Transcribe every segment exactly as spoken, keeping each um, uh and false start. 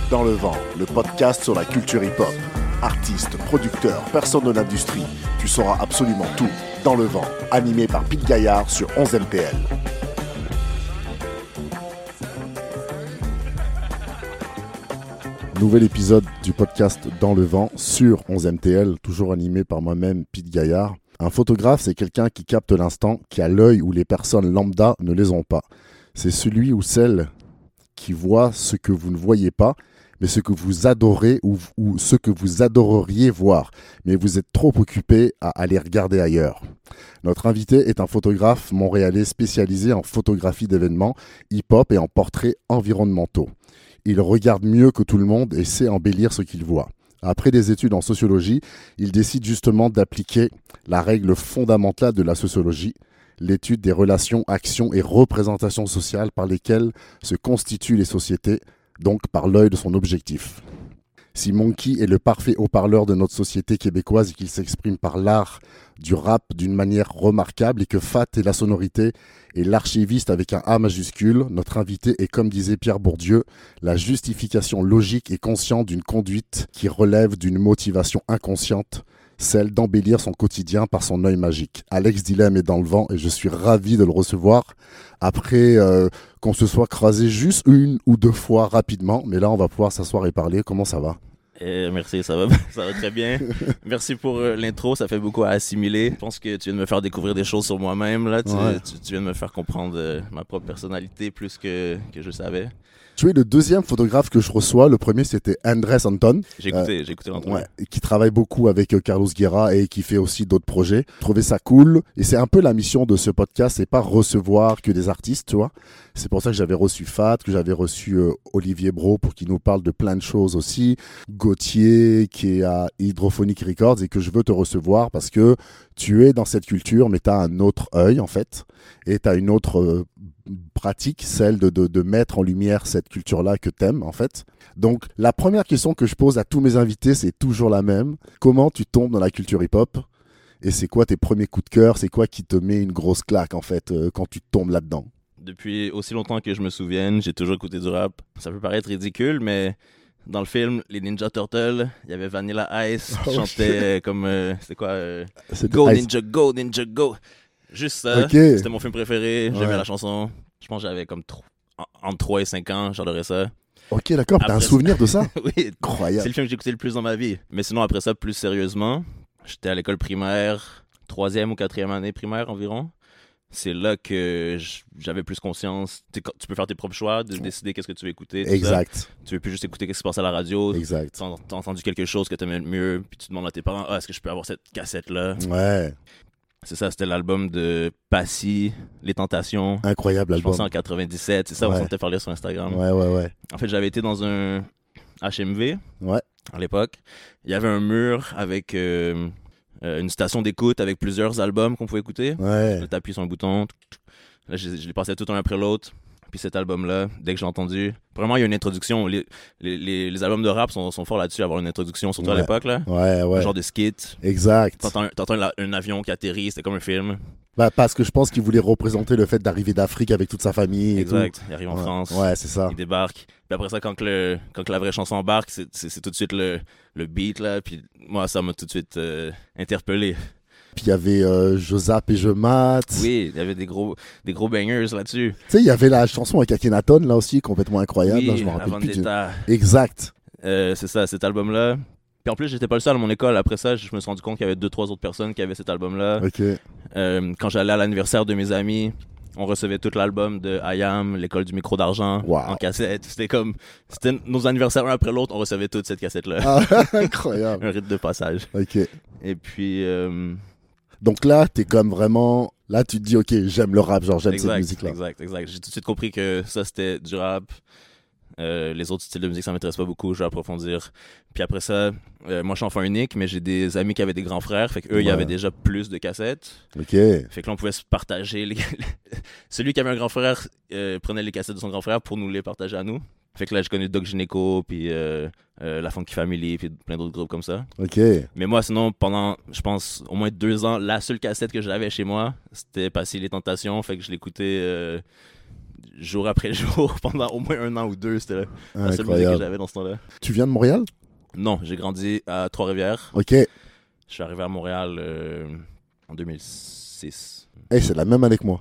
Dans le vent, le podcast sur la culture hip-hop. Artistes, producteurs, personnes de l'industrie, tu sauras absolument tout. Dans le vent, animé par Pete Gaillard sur onze M T L. Nouvel épisode du podcast Dans le vent sur onze M T L, toujours animé par moi-même, Pete Gaillard. Un photographe, c'est quelqu'un qui capte l'instant, qui a l'œil où les personnes lambda ne les ont pas. C'est celui ou celle qui voit ce que vous ne voyez pas, mais ce que vous adorez ou, ou ce que vous adoreriez voir. Mais vous êtes trop occupé à aller regarder ailleurs. Notre invité est un photographe montréalais spécialisé en photographie d'événements, hip-hop et en portraits environnementaux. Il regarde mieux que tout le monde et sait embellir ce qu'il voit. Après des études en sociologie, il décide justement d'appliquer la règle fondamentale de la sociologie, l'étude des relations, actions et représentations sociales par lesquelles se constituent les sociétés, donc par l'œil de son objectif. Si Monkey est le parfait haut-parleur de notre société québécoise et qu'il s'exprime par l'art du rap d'une manière remarquable et que Fat est la sonorité et l'archiviste avec un A majuscule, notre invité est, comme disait Pierre Bourdieu, la justification logique et consciente d'une conduite qui relève d'une motivation inconsciente, celle d'embellir son quotidien par son œil magique. Alex Dilem est dans le vent et je suis ravi de le recevoir après euh, qu'on se soit crasé juste une ou deux fois rapidement, mais là on va pouvoir s'asseoir et parler. Comment ça va? Eh, merci, ça va, ça va très bien. Merci pour euh, l'intro, ça fait beaucoup à assimiler. Je pense que tu viens de me faire découvrir des choses sur moi-même. Là. Tu, ouais. tu, tu viens de me faire comprendre euh, ma propre personnalité plus que, que je savais. Tu es le deuxième photographe que je reçois. Le premier, c'était Andrés Anton. J'ai écouté, euh, j'ai écouté l'entrevue. Ouais, qui travaille beaucoup avec euh, Carlos Guerra et qui fait aussi d'autres projets. Je trouvais ça cool. Et c'est un peu la mission de ce podcast, c'est pas recevoir que des artistes, tu vois. C'est pour ça que j'avais reçu Fat, que j'avais reçu euh, Olivier Bro pour qu'il nous parle de plein de choses aussi. Gauthier, qui est à Hydrophonic Records et que je veux te recevoir parce que tu es dans cette culture, mais tu as un autre œil, en fait. Et tu as une autre... Euh, pratique, celle de, de, de mettre en lumière cette culture-là que t'aimes, en fait. Donc, la première question que je pose à tous mes invités, c'est toujours la même. Comment tu tombes dans la culture hip-hop? Et c'est quoi tes premiers coups de cœur? C'est quoi qui te met une grosse claque, en fait, euh, quand tu tombes là-dedans? Depuis aussi longtemps que je me souvienne, j'ai toujours écouté du rap. Ça peut paraître ridicule, mais dans le film, les Ninja Turtles, il y avait Vanilla Ice qui Oh, chantait comme... Euh, c'était quoi euh, C'était Go Ice. Ninja, Go Ninja, Go! Juste ça, Okay. C'était mon film préféré, j'aimais Ouais. la chanson. Je pense que j'avais comme tro- en- entre trois et cinq ans, j'adorais ça. Ok, d'accord, t'as un Après souvenir ça- de ça? Oui, c'est Incroyable. le film que j'ai écouté le plus dans ma vie. Mais sinon, après ça, plus sérieusement, j'étais à l'école primaire, troisième ou quatrième année primaire environ. C'est là que j- j'avais plus conscience. T'es co- Tu peux faire tes propres choix, de décider qu'est-ce que tu veux écouter. tout ça. Exact, Tu veux plus juste écouter ce qui se passe à la radio. exact. T'as t'as entendu quelque chose que t'aimais mieux, puis tu demandes à tes parents, ah, est-ce que je peux avoir cette cassette-là? Ouais, C'est ça, c'était l'album de Passy, Les Tentations. incroyable Je album. pensais en quatre-vingt-dix-sept, c'est ça, on Ouais. s'en parler sur Instagram. Ouais, ouais, ouais. En fait, j'avais été dans un H M V Ouais, à l'époque. Il y avait un mur avec euh, euh, une station d'écoute avec plusieurs albums qu'on pouvait écouter. ouais. Là, t'appuies sur un bouton. Là, je, je les passais tout un après l'autre. Puis cet album-là, dès que j'ai entendu, vraiment, il y a une introduction. Les, les, les, les albums de rap sont, sont forts là-dessus, avoir une introduction, surtout Ouais. à l'époque. Là. Ouais, ouais. Un genre de skit. Exact. T'entends, t'entends la- un avion qui atterrit, c'était comme un film. Bah, parce que je pense qu'il voulait représenter le fait d'arriver d'Afrique avec toute sa famille. Et Exact. tout. Il arrive en Ouais. France. Ouais, c'est ça. Il débarque. Puis après ça, quand, que le, quand que la vraie chanson embarque, c'est, c'est, c'est tout de suite le, le beat. Là. Puis moi, ça m'a tout de suite euh, interpellé. Puis il y avait euh, Je zappe et je mate. Oui, il y avait des gros, des gros bangers là-dessus. Tu sais, il y avait la chanson avec Akhenaton là aussi, complètement incroyable. Oui, là, je me rappelle Avant plus du... d'État. Exact. Euh, c'est ça, cet album-là. Puis en plus, j'étais pas le seul à mon école. Après ça, je me suis rendu compte qu'il y avait deux, trois autres personnes qui avaient cet album-là. Ok. Euh, quand j'allais à l'anniversaire de mes amis, on recevait tout l'album de I A M, l'école du micro d'argent, Wow. en cassette. C'était comme, c'était nos anniversaires un après l'autre, on recevait toute cette cassette-là. Ah, incroyable. Un rite de passage. Ok. Et puis, euh, Donc là, t'es comme vraiment. Là, tu te dis, ok, j'aime le rap, genre j'aime cette exact, musique-là. exact, exact. J'ai tout de suite compris que ça, c'était du rap. Euh, les autres styles de musique, ça m'intéresse pas beaucoup, je vais approfondir. Puis après ça, euh, moi je suis enfant unique, mais j'ai des amis qui avaient des grands frères, fait qu'eux, il y Ouais. avait déjà plus de cassettes. Ok. Fait que là, on pouvait se partager. Les... Celui qui avait un grand frère euh, prenait les cassettes de son grand frère pour nous les partager à nous. Fait que là, j'ai connu Doc Gynéco, puis euh, euh, La Funky Family, puis plein d'autres groupes comme ça. Ok. Mais moi, sinon, pendant, je pense, au moins deux ans, la seule cassette que j'avais chez moi, c'était Passy les Tentations. Fait que je l'écoutais. Euh, jour après jour, pendant au moins un an ou deux. C'était la seule musique que j'avais dans ce temps-là. Tu viens de Montréal? Non, j'ai grandi à Trois-Rivières. Ok. Je suis arrivé à Montréal euh, en deux mille six. Hey, c'est la même année que moi.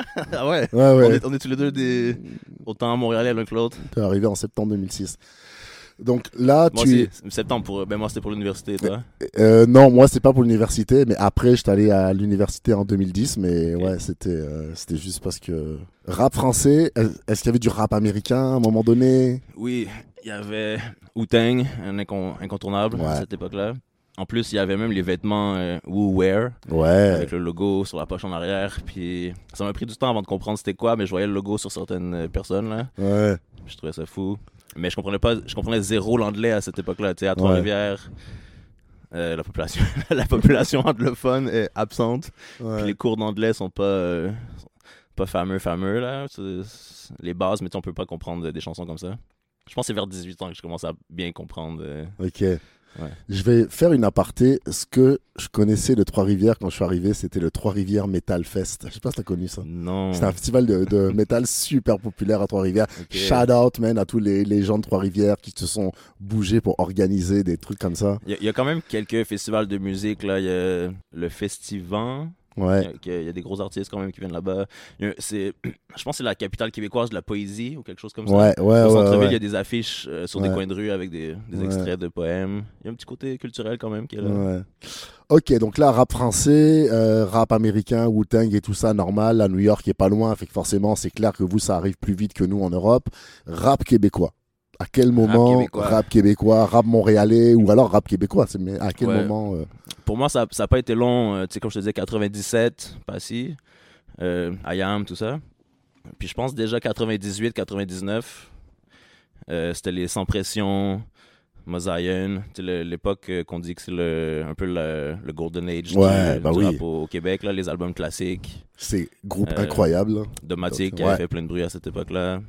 Ah ouais? Ouais, ouais. On est, on est tous les deux des... autant montréalais l'un que l'autre. T'es arrivé en septembre deux mille six. Donc là, moi, tu... c'est septembre pour... Ben moi, c'était pour l'université, toi? Euh, non, moi, c'est pas pour l'université, mais après, j'étais allé à l'université en deux mille dix, mais okay. ouais, c'était, euh, c'était juste parce que... Rap français, est-ce qu'il y avait du rap américain à un moment donné? Oui, il y avait Wu-Tang, un incon- incontournable ouais. à cette époque-là. En plus, il y avait même les vêtements euh, Wu Wear, ouais. avec le logo sur la poche en arrière. Puis ça m'a pris du temps avant de comprendre c'était quoi, mais je voyais le logo sur certaines personnes là. Ouais. Je trouvais ça fou. Mais je comprenais pas, je comprenais zéro l'anglais à cette époque-là. Tu sais, à Trois-Rivières, ouais. euh, la population, la population anglophone est absente. Ouais. Puis les cours d'anglais sont pas, euh, pas fameux, fameux là. C'est, c'est les bases, mais on peut pas comprendre des chansons comme ça. Je pense que c'est vers dix-huit ans que je commence à bien comprendre. Euh... Ok. Ouais. Je vais faire une aparté. Ce que je connaissais de Trois-Rivières quand je suis arrivé, c'était le Trois-Rivières Metal Fest. Je sais pas si t'as connu ça. Non. C'est un festival de, de métal super populaire à Trois-Rivières. Okay. Shout out, man, à tous les, les gens de Trois-Rivières qui se sont bougés pour organiser des trucs comme ça. Il y, y a quand même quelques festivals de musique là. Il y a le Festival. Ouais. Il y, a, il y a des gros artistes quand même qui viennent là-bas. C'est, je pense que c'est la capitale québécoise de la poésie ou quelque chose comme ça. Ouais, ouais, Au ouais, centre-ville, ouais. il y a des affiches euh, sur ouais. des coins de rue avec des, des extraits ouais. de poèmes. Il y a un petit côté culturel quand même qui est là. Ouais. Ok, donc là, rap français, euh, rap américain, Wu-Tang et tout ça, normal. À New York, il est pas loin. Fait que forcément, c'est clair que vous, ça arrive plus vite que nous en Europe. Rap québécois. À quel moment rap québécois, rap, québécois, rap montréalais ou alors rap québécois, c'est, mais à quel ouais. moment euh... Pour moi, ça n'a pas été long. Euh, tu sais, comme je te disais, quatre-vingt-dix-sept, Passy, euh, I A M, tout ça. Puis je pense déjà quatre-vingt-dix-huit, quatre-vingt-dix-neuf, euh, c'était les Sans Pression, Mosaïen, tu sais, l'époque euh, qu'on dit que c'est le, un peu le, le Golden Age ouais, du, bah du oui. rap au, au Québec, là, les albums classiques. C'est groupe euh, incroyable. Domatic, qui ouais. avait fait plein de bruit à cette époque-là.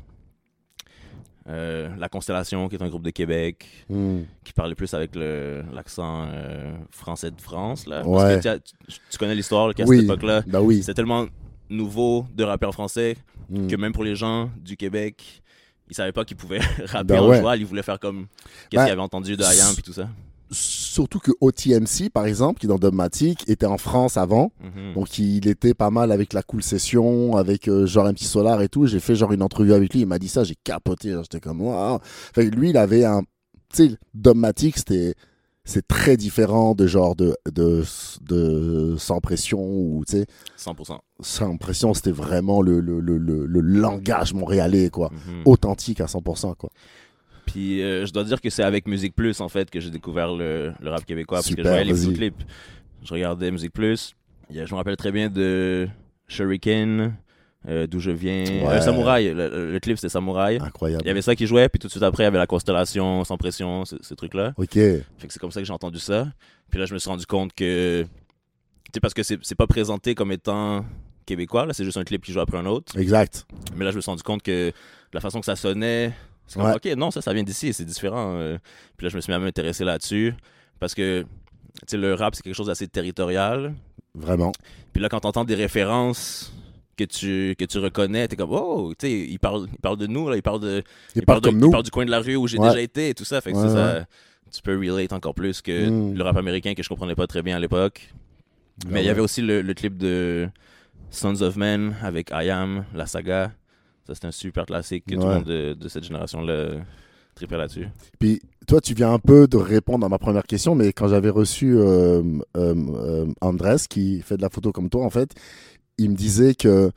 Euh, La Constellation, qui est un groupe de Québec, mm. qui parlait plus avec le, l'accent euh, français de France. Là. Ouais. Parce que tu, tu connais l'histoire là, qu'à oui. cette époque-là, bah oui. c'était tellement nouveau de rapper en français mm. que même pour les gens du Québec, ils savaient pas qu'ils pouvaient rapper bah en ouais. joual, ils voulaient faire comme qu'est-ce bah, qu'ils avaient entendu de I A M et tout ça. Surtout que O T M C, par exemple, qui est dans Dogmatic, était en France avant. Mm-hmm. Donc, il était pas mal avec la Cool Session, avec euh, genre M C Solar et tout. J'ai fait genre une entrevue avec lui. Il m'a dit ça, j'ai capoté. J'étais comme, waouh. Enfin, lui, il avait un. Tu sais, Dogmatic, c'était. C'est très différent de genre de, de, de, de Sans Pression ou tu sais. cent pour cent. Sans Pression, c'était vraiment le, le, le, le, le langage montréalais, quoi. Mm-hmm. Authentique à cent pour cent, quoi. Puis euh, je dois dire que c'est avec Musique Plus en fait que j'ai découvert le, le rap québécois. Super, parce que je voyais vas-y. les clips. Je regardais Musique Plus. Je me rappelle très bien de Shuriken, euh, D'où je viens. Ouais. Euh, Samouraï, le, le clip c'était Samouraï. Incroyable. Il y avait ça qui jouait, puis tout de suite après il y avait La Constellation, Sans Pression, ce, ces trucs-là. Ok. Fait que c'est comme ça que j'ai entendu ça. Puis là je me suis rendu compte que. Tu sais, parce que c'est, c'est pas présenté comme étant québécois, là, c'est juste un clip qui joue après un autre. Exact. Mais là je me suis rendu compte que la façon que ça sonnait. C'est comme, ouais. ok, non, ça, ça vient d'ici, c'est différent. Euh. Puis là, je me suis même intéressé là-dessus. Parce que, tu sais, le rap, c'est quelque chose d'assez territorial. Vraiment. Puis là, quand t'entends des références que tu, que tu reconnais, t'es comme, oh, tu sais, il parle, il parle de nous, là, il parle de. Il, il parle, parle comme de, nous. Il parle du coin de la rue où j'ai ouais. déjà été et tout ça. Fait que ouais, ça, ouais. ça, tu peux relate encore plus que mm. le rap américain que je comprenais pas très bien à l'époque. Ouais, Mais il ouais. y avait aussi le, le clip de Sons of Men avec I A M, la saga. Ça, c'est un super classique que ouais. tout le monde de, de cette génération-là tripait là-dessus. Puis, toi, tu viens un peu de répondre à ma première question, mais quand j'avais reçu euh, euh, euh, Andrés, qui fait de la photo comme toi, en fait, il me disait que,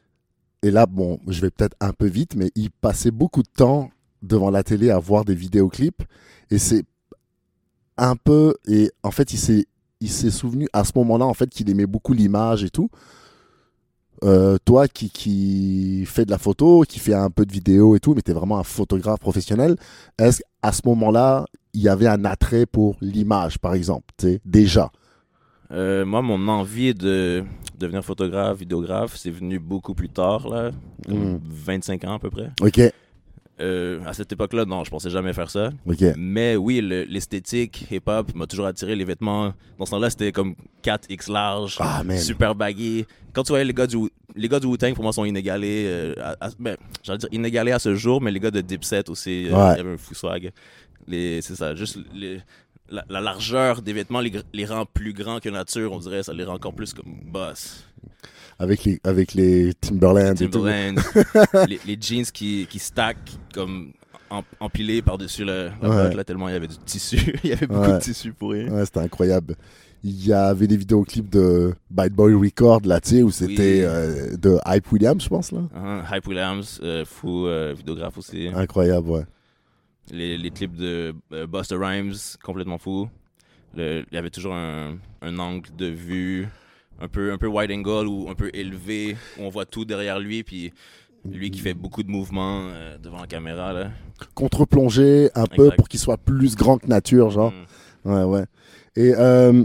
et là, bon, je vais peut-être un peu vite, mais il passait beaucoup de temps devant la télé à voir des vidéoclips, et c'est un peu, et en fait, il s'est, il s'est souvenu à ce moment-là, en fait, qu'il aimait beaucoup l'image et tout. Euh, toi qui, qui fais de la photo, qui fait un peu de vidéo et tout, mais tu es vraiment un photographe professionnel, est-ce qu'à ce moment-là, il y avait un attrait pour l'image, par exemple, déjà? euh, Moi, mon envie de devenir photographe, vidéographe, c'est venu beaucoup plus tard, là, mmh. vingt-cinq ans à peu près. Ok. Euh, à cette époque-là, non, je pensais jamais faire ça. Okay. Mais oui, le, l'esthétique hip-hop m'a toujours attiré. Les vêtements, dans ce temps-là, c'était comme quatre X large, ah, super baggy. Quand tu voyais les gars du, les gars du Wu-Tang, pour moi, sont inégalés. Euh, à, à, ben, j'allais dire inégalés à ce jour, mais les gars de Dipset aussi, euh, Ouais. il y avait un fou swag. Les, c'est ça, juste les, la, la largeur des vêtements les, les rend plus grands que nature, on dirait. Ça les rend encore plus comme boss. Avec les, avec les Timberland, Les et tout. Timberland, les, les jeans qui, qui stack comme em- empilés par-dessus le, la Ouais. botte, là, tellement il y avait du tissu. Il y avait beaucoup Ouais. de tissu pour rien. Ouais, c'était incroyable. Il y avait des vidéoclips de Bad Boy Record, là, tu sais, où c'était Oui. euh, de Hype Williams, je pense, là. Uh-huh. Hype Williams, euh, fou euh, vidéographe aussi. Incroyable, ouais. Les, les clips de euh, Busta Rhymes, complètement fou. Le- il y avait toujours un, un angle de vue un peu, un peu wide angle ou un peu élevé, où on voit tout derrière lui, puis lui qui fait beaucoup de mouvements euh, devant la caméra. Là. Contre-plongé un peu Exact. pour qu'il soit plus grand que nature, genre. Mm. Ouais, ouais. Et euh,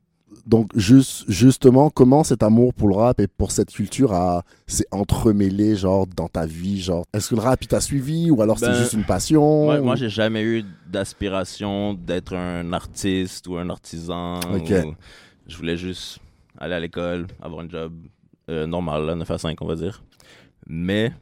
donc, juste, justement, comment cet amour pour le rap et pour cette culture a, s'est entremêlé, genre, dans ta vie, genre? Est-ce que le rap, il t'a suivi ou alors Ben, c'était juste une passion? Moi, ou- moi j'ai jamais eu d'aspiration d'être un artiste ou un artisan. Ok. ou- Je voulais juste aller à l'école, avoir un job euh, normal, là, neuf à cinq, on va dire. Mais,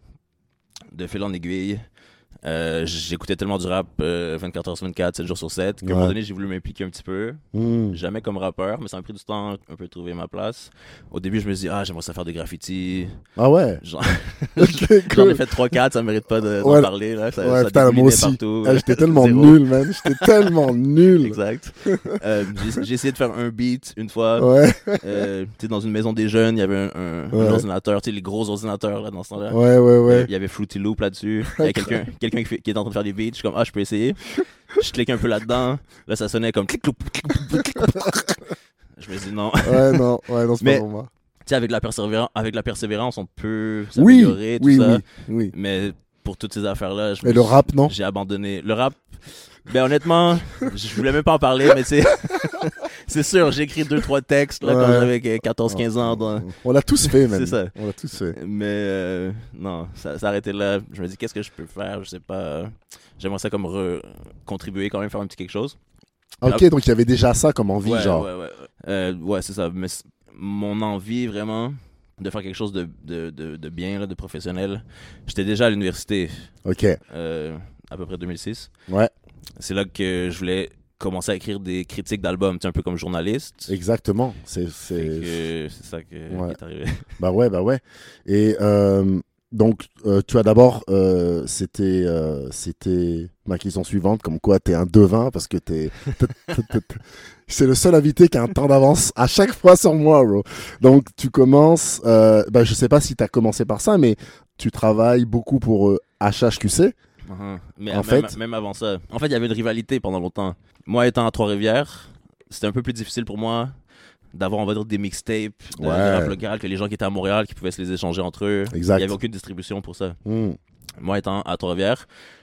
de fil en aiguille, euh, j'écoutais tellement du rap euh, vingt-quatre heures sur vingt-quatre, sept jours sur sept, qu'à un Ouais. moment donné, j'ai voulu m'impliquer un petit peu. Hmm. Jamais comme rappeur, mais ça m'a pris du temps un peu de trouver ma place. Au début, je me suis dit, ah, j'aimerais ça faire des graffitis. Ah ouais? J'en Ok, j'en cool. ai fait trois quatre, ça mérite pas de- d'en Ouais. parler. Là. Ça, Ouais, ça putain, moi dégoulinait aussi. partout. Ah, j'étais tellement Zéro. nul, man. J'étais tellement nul. Exact. Euh, j'ai, j'ai essayé de faire un beat une fois. Ouais, Euh, tu sais, dans une maison des jeunes, il y avait un, un- Ouais. un ordinateur, tu sais, les gros ordinateurs là, dans ce temps-là. ouais, ouais, ouais. Il y avait Fruity Loop là-dessus. Il y avait quelqu'un, quelqu'un qui, fait- qui est en train de faire des beats. Je suis comme, ah, je peux essayer. Je clique un peu là-dedans. Là, ça sonnait comme clic, cloup, clic, cloup, clic, cloup. Je me dis non. Tu Ouais, non, ouais, non, c'est Mais- pas pour moi. sais, avec la persévérance, avec la persévérance, on peut Oui, s'améliorer, tout oui, ça. oui, oui. Mais pour toutes ces affaires-là, je Et me le suis- rap, non? j'ai abandonné. Le rap, ben honnêtement, je voulais même pas en parler, mais c'est c'est sûr, j'ai écrit deux trois textes là, quand Ouais. j'avais quatorze quinze ans. dans- On l'a tous fait, man. C'est ça. On l'a tous fait. Mais euh, non, ça s'est arrêté là. Je me dis, qu'est-ce que je peux faire? Je sais pas. J'aimerais ça comme re- contribuer quand même, faire un petit quelque chose. Ah, ok, donc il y avait déjà ça comme envie, Ouais, genre. ouais, ouais. Euh, ouais, c'est ça. Mais c- mon envie vraiment de faire quelque chose de, de, de, de bien, là, de professionnel. J'étais déjà à l'université, Ok, euh, à peu près deux mille six. ouais, C'est là que je voulais commencer à écrire des critiques d'albums, tu sais, un peu comme journaliste. exactement. C'est, Fait c'est... que C'est ça que, Ouais. qui est arrivé. Bah ouais, bah ouais. Et euh, donc, euh, tu as d'abord, euh, c'était, euh, c'était ma question suivante, comme quoi t'es un devin, parce que t'es, t'es- t'es- t'es- t'es- c'est le seul invité qui a un temps d'avance à chaque fois sur moi, bro. Donc, tu commences, euh, bah, je sais pas si t'as commencé par ça, mais tu travailles beaucoup pour euh, H H Q C. Uh-huh. Mais En même, fait- même avant ça. En fait, il y avait une rivalité pendant longtemps. Moi, étant à Trois-Rivières, c'était un peu plus difficile pour moi d'avoir, on va dire, des mixtapes de, de Ouais. rap local que les gens qui étaient à Montréal, qui pouvaient se les échanger entre eux. Exact. Il n'y avait aucune distribution pour ça. Hmm. Moi, étant à Trois-Rivières,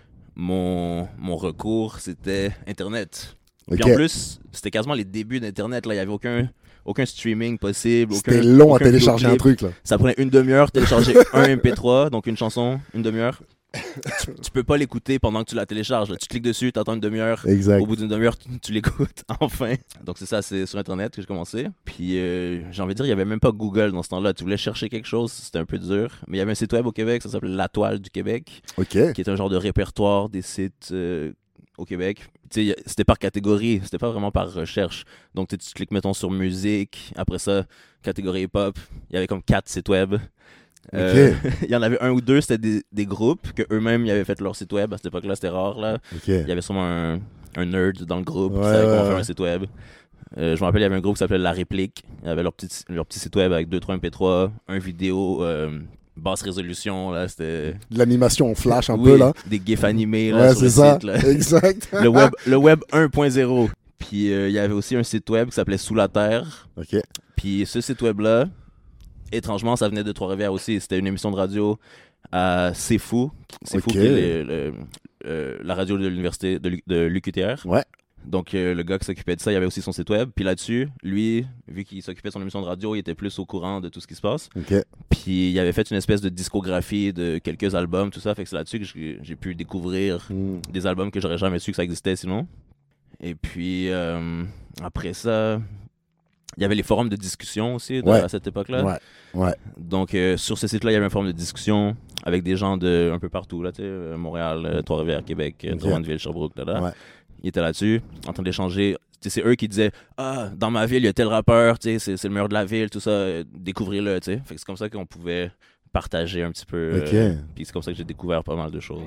mon, mon recours, c'était Internet. Puis Ok. en plus, c'était quasiment les débuts d'Internet. Là, il n'y avait aucun, aucun streaming possible. C'était aucun- long à aucun télécharger un vidéoclip. truc, là. Ça prenait une demi-heure, télécharger un M P trois, donc une chanson, une demi-heure. Tu, tu peux pas l'écouter pendant que tu la télécharges. là. Tu cliques dessus, tu attends une demi-heure. Exact. Au bout d'une demi-heure, tu, tu l'écoutes, enfin. Donc c'est ça, c'est sur Internet que j'ai commencé. Puis euh, j'ai envie de dire, il y avait même pas Google dans ce temps-là. Tu voulais chercher quelque chose, c'était un peu dur. Mais il y avait un site web au Québec, ça s'appelait La Toile du Québec, Ok. qui est un genre de répertoire des sites euh, au Québec. Tu sais, y a- c'était par catégorie, c'était pas vraiment par recherche. Donc tu sais, tu cliques, mettons, sur musique. Après ça, catégorie hip-hop. Il y avait comme quatre sites web. Euh, Il y en avait un ou deux, c'était des, des groupes que eux-mêmes ils avaient fait leur site web. À cette époque-là, c'était rare. Là. Ok. Il y avait sûrement un, un nerd dans le groupe qui Ouais, savait comment ouais, faire ouais. un site web. Euh, je me rappelle, il y avait un groupe qui s'appelait La Réplique. Ils avaient leur petit, leur petit site web avec deux trois M P trois, un vidéo, euh, basse résolution. Là, c'était... De l'animation en flash un Oui, peu, là. des gifs animés là, Ouais, sur c'est le ça. site. Là. Exact. le, web, le web un point zéro. Puis euh, il y avait aussi un site web qui s'appelait Sous la Terre. Ok. Puis ce site web-là, étrangement, ça venait de Trois-Rivières aussi. C'était une émission de radio à C'est Fou. C'est Fou Ok. qui est le- le- euh, la radio de l'université de, l'U- de l'U Q T R. Ouais. Donc euh, le gars qui s'occupait de ça, il avait aussi son site web. Puis là-dessus, lui, vu qu'il s'occupait de son émission de radio, il était plus au courant de tout ce qui se passe. Ok. Puis il avait fait une espèce de discographie de quelques albums, tout ça. Fait que c'est là-dessus que j'ai, j'ai pu découvrir Hmm. des albums que j'aurais jamais su que ça existait sinon. Et puis euh, après ça, Il y avait les forums de discussion aussi de, Ouais. à cette époque-là. Ouais, ouais. Donc, euh, sur ce site-là, il y avait un forum de discussion avec des gens de un peu partout, là, tu sais, euh, Montréal, euh, Trois-Rivières, Québec, euh, Ok. Drummondville, Sherbrooke, là, là. Ouais. Ils étaient là-dessus, en train d'échanger. Tu sais, c'est eux qui disaient « Ah, dans ma ville, il y a tel rappeur, tu sais, c'est, c'est le meilleur de la ville, tout ça, euh, découvrez-le, tu sais. » Fait que c'est comme ça qu'on pouvait partager un petit peu. euh, Ok. Puis c'est comme ça que j'ai découvert pas mal de choses.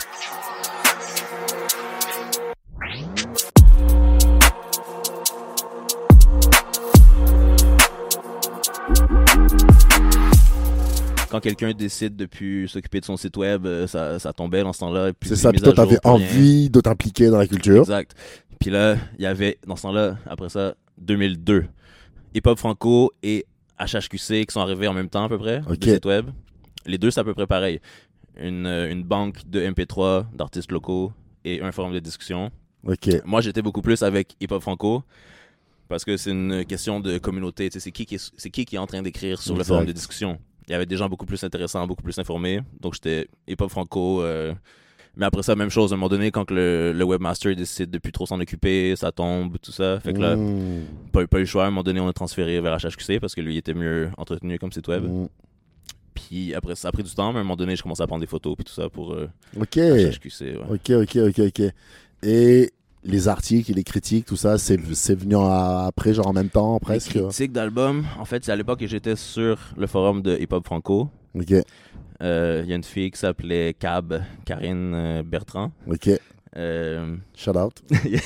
Quand quelqu'un décide de plus s'occuper de son site web, euh, ça, ça tombait dans ce temps-là. Puis C'est plus ça, de puis mise à toi, t'avais jour, plus rien. envie de t'impliquer dans la culture. Exact. Puis là, il y avait, dans ce temps-là, après ça, deux mille deux, Hip Hop Franco et H H Q C qui sont arrivés en même temps à peu près, Ok. de site web. Les deux, c'est à peu près pareil. Une, euh, une banque de M P trois d'artistes locaux et un forum de discussion. Ok. Moi, j'étais beaucoup plus avec Hip Hop Franco parce que c'est une question de communauté. Tu sais, c'est qui qui est, c'est qui qui est en train d'écrire sur le Exact. forum de discussion. Il y avait des gens beaucoup plus intéressants, beaucoup plus informés. Donc, j'étais Hip Hop Franco. euh, Mais après ça, même chose. À un moment donné, quand que le, le webmaster décide de plus trop s'en occuper, ça tombe, tout ça. Fait que là, Mmh. pas, pas eu le choix. À un moment donné, on a transféré vers H H Q C parce que lui, il était mieux entretenu comme site web. Mmh. Puis après, ça a pris du temps, mais à un moment donné, je commençais à prendre des photos puis tout ça pour euh, Ok. H H Q C. Ouais. Ok, ok, ok, ok. Et les articles et les critiques, tout ça, c'est, c'est venu à- après, genre en même temps, presque. Les critiques d'albums, en fait, c'est à l'époque que j'étais sur le forum de Hip Hop Franco. Ok, Il euh, y a une fille qui s'appelait Cab, Karine euh, Bertrand. ok. Euh, Shout out.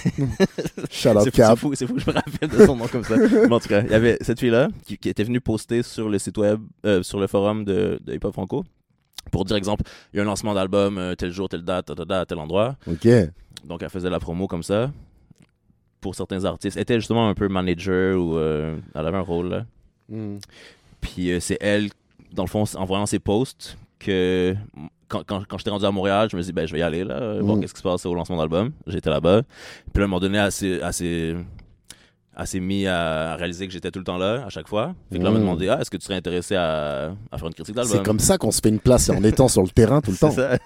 Shout out, c'est, fou, Cap. c'est, fou, c'est fou que je me rappelle de son nom comme ça. Mais en tout cas, il y avait cette fille-là qui, qui était venue poster sur le site web, euh, sur le forum de, de Hip Hop Franco. Pour dire, exemple, il y a un lancement d'album, euh, tel jour, telle date, telle date, à tel endroit. Ok. Donc, elle faisait la promo comme ça. Pour certains artistes. Elle était justement un peu manager ou euh, elle avait un rôle là. Mmh. Puis euh, c'est elle, dans le fond, en voyant ses posts, que quand, quand, quand j'étais rendu à Montréal, je me suis dit, ben, je vais y aller, là, euh, voir Mm. qu'est-ce qui se passe au lancement d'album. J'étais là-bas. Puis là, à un moment donné, elle s'est, elle s'est, elle s'est mis à, à réaliser que j'étais tout le temps là, à chaque fois. Fait que là, elle m'a Mm. demandé, ah, est-ce que tu serais intéressé à, à faire une critique d'album? C'est comme ça qu'on se fait une place, c'est en étant sur le terrain tout le temps. C'est ça.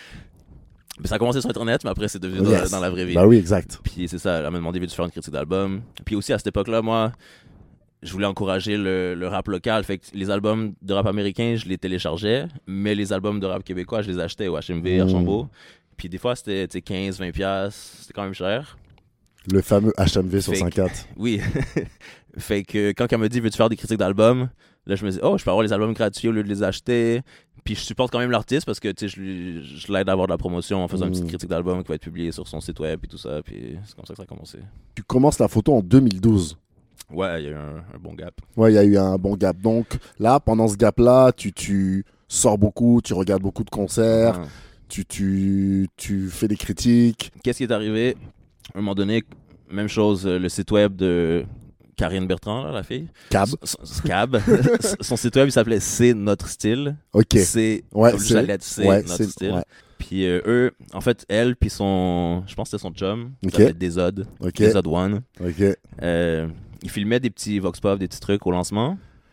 Mais ça a commencé sur Internet, mais après, c'est devenu dans, Yes. dans la vraie vie. Bah oui, exact. Puis c'est ça, elle m'a demandé, veux-tu faire une critique d'album? Puis aussi, à cette époque-là, moi, je voulais encourager le, le rap local. Fait que les albums de rap américain, je les téléchargeais, mais les albums de rap québécois, je les achetais au H M V, Mm. Archambault. Puis des fois, c'était tu sais, quinze, vingt piastres. C'était quand même cher. Le fameux H M V sur Fake. cinquante-quatre. Oui. Fait que quand elle m'a dit, veux-tu faire des critiques d'albums? Là, je me dis, oh, je peux avoir les albums gratuits au lieu de les acheter. Puis je supporte quand même l'artiste parce que tu sais, je, lui- je l'aide à avoir de la promotion en faisant une Mm. petite critique d'album qui va être publiée sur son site web et tout ça. Puis c'est comme ça que ça a commencé. Tu commences la photo en deux mille douze. Ouais, il y a eu un, un bon gap. Ouais, il y a eu un bon gap. Donc là, pendant ce gap-là, tu, tu sors beaucoup, tu regardes beaucoup de concerts, Ah. tu, tu, tu fais des critiques. Qu'est-ce qui est arrivé? À un moment donné, même chose, euh, le site web de Karine Bertrand, là, la fille. Cab. Son, son- Cab. Son site web, il s'appelait C'est notre style. Ok. C'est Ouais, comme juste c'est- la lettre C, ouais, notre c'est- style. ouais. Puis euh, eux, en fait, elle, puis son. Je pense que c'était son chum. Ok. Ça s'appelait Desod. Ok. Desod One. Ok. Euh, ils filmaient des petits vox pop, des petits trucs au lancement.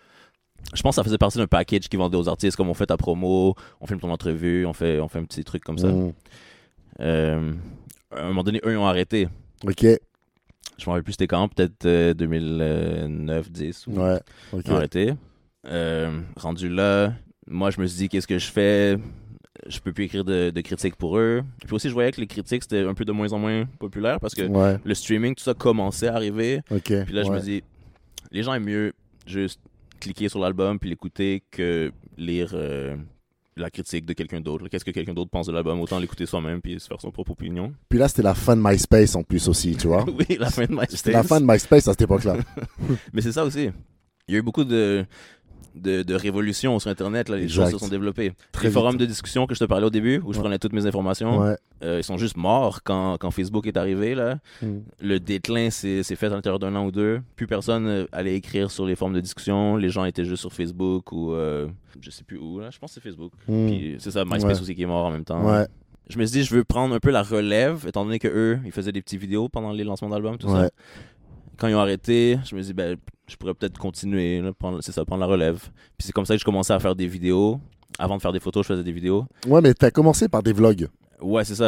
Je pense que ça faisait partie d'un package qu'ils vendaient aux artistes, comme on fait ta promo, on filme ton entrevue, on fait, on fait un petit truc comme ça. Mm. Euh, à un moment donné, eux, ils ont arrêté. Ok. Je m'en rappelle plus c'était quand, peut-être euh, deux mille neuf dix. ou- Ouais. Ok. Ils ont arrêté. Euh, rendu là, moi, je me suis dit, qu'est-ce que je fais? Je peux plus écrire de, de critiques pour eux. Puis aussi, je voyais que les critiques, c'était un peu de moins en moins populaire parce que Ouais. le streaming, tout ça commençait à arriver. Ok. Puis là, je ouais. me dis, les gens aiment mieux juste cliquer sur l'album puis l'écouter que lire euh, la critique de quelqu'un d'autre. Qu'est-ce que quelqu'un d'autre pense de l'album? Autant l'écouter soi-même puis se faire son propre opinion. Puis là, c'était la fin de MySpace en plus aussi, tu vois. Oui, la fin de MySpace. C'était la fin de MySpace à cette époque-là. Mais c'est ça aussi. Il y a eu beaucoup de, de, de révolutions sur Internet. Là, les Exact. choses se sont développées. Très les forums vite. de discussion que je te parlais au début, où je Ouais. prenais toutes mes informations, Ouais. euh, ils sont juste morts quand, quand Facebook est arrivé. Là. Mm. Le déclin s'est s'est fait à l'intérieur d'un an ou deux. Plus personne euh, allait écrire sur les forums de discussion. Les gens étaient juste sur Facebook ou euh, je sais plus où. Là. Je pense que c'est Facebook. Mm. Puis c'est ça, MySpace Ouais. aussi qui est mort en même temps. Ouais. Je me suis dit, je veux prendre un peu la relève, étant donné que eux, ils faisaient des petites vidéos pendant les lancements d'albums, tout Ouais. ça. Quand ils ont arrêté, je me suis dit, ben, je pourrais peut-être continuer, là, prendre, c'est ça, prendre la relève. Puis c'est comme ça que je commençais à faire des vidéos. Avant de faire des photos, je faisais des vidéos. Ouais, mais t'as commencé par des vlogs. Ouais, c'est ça.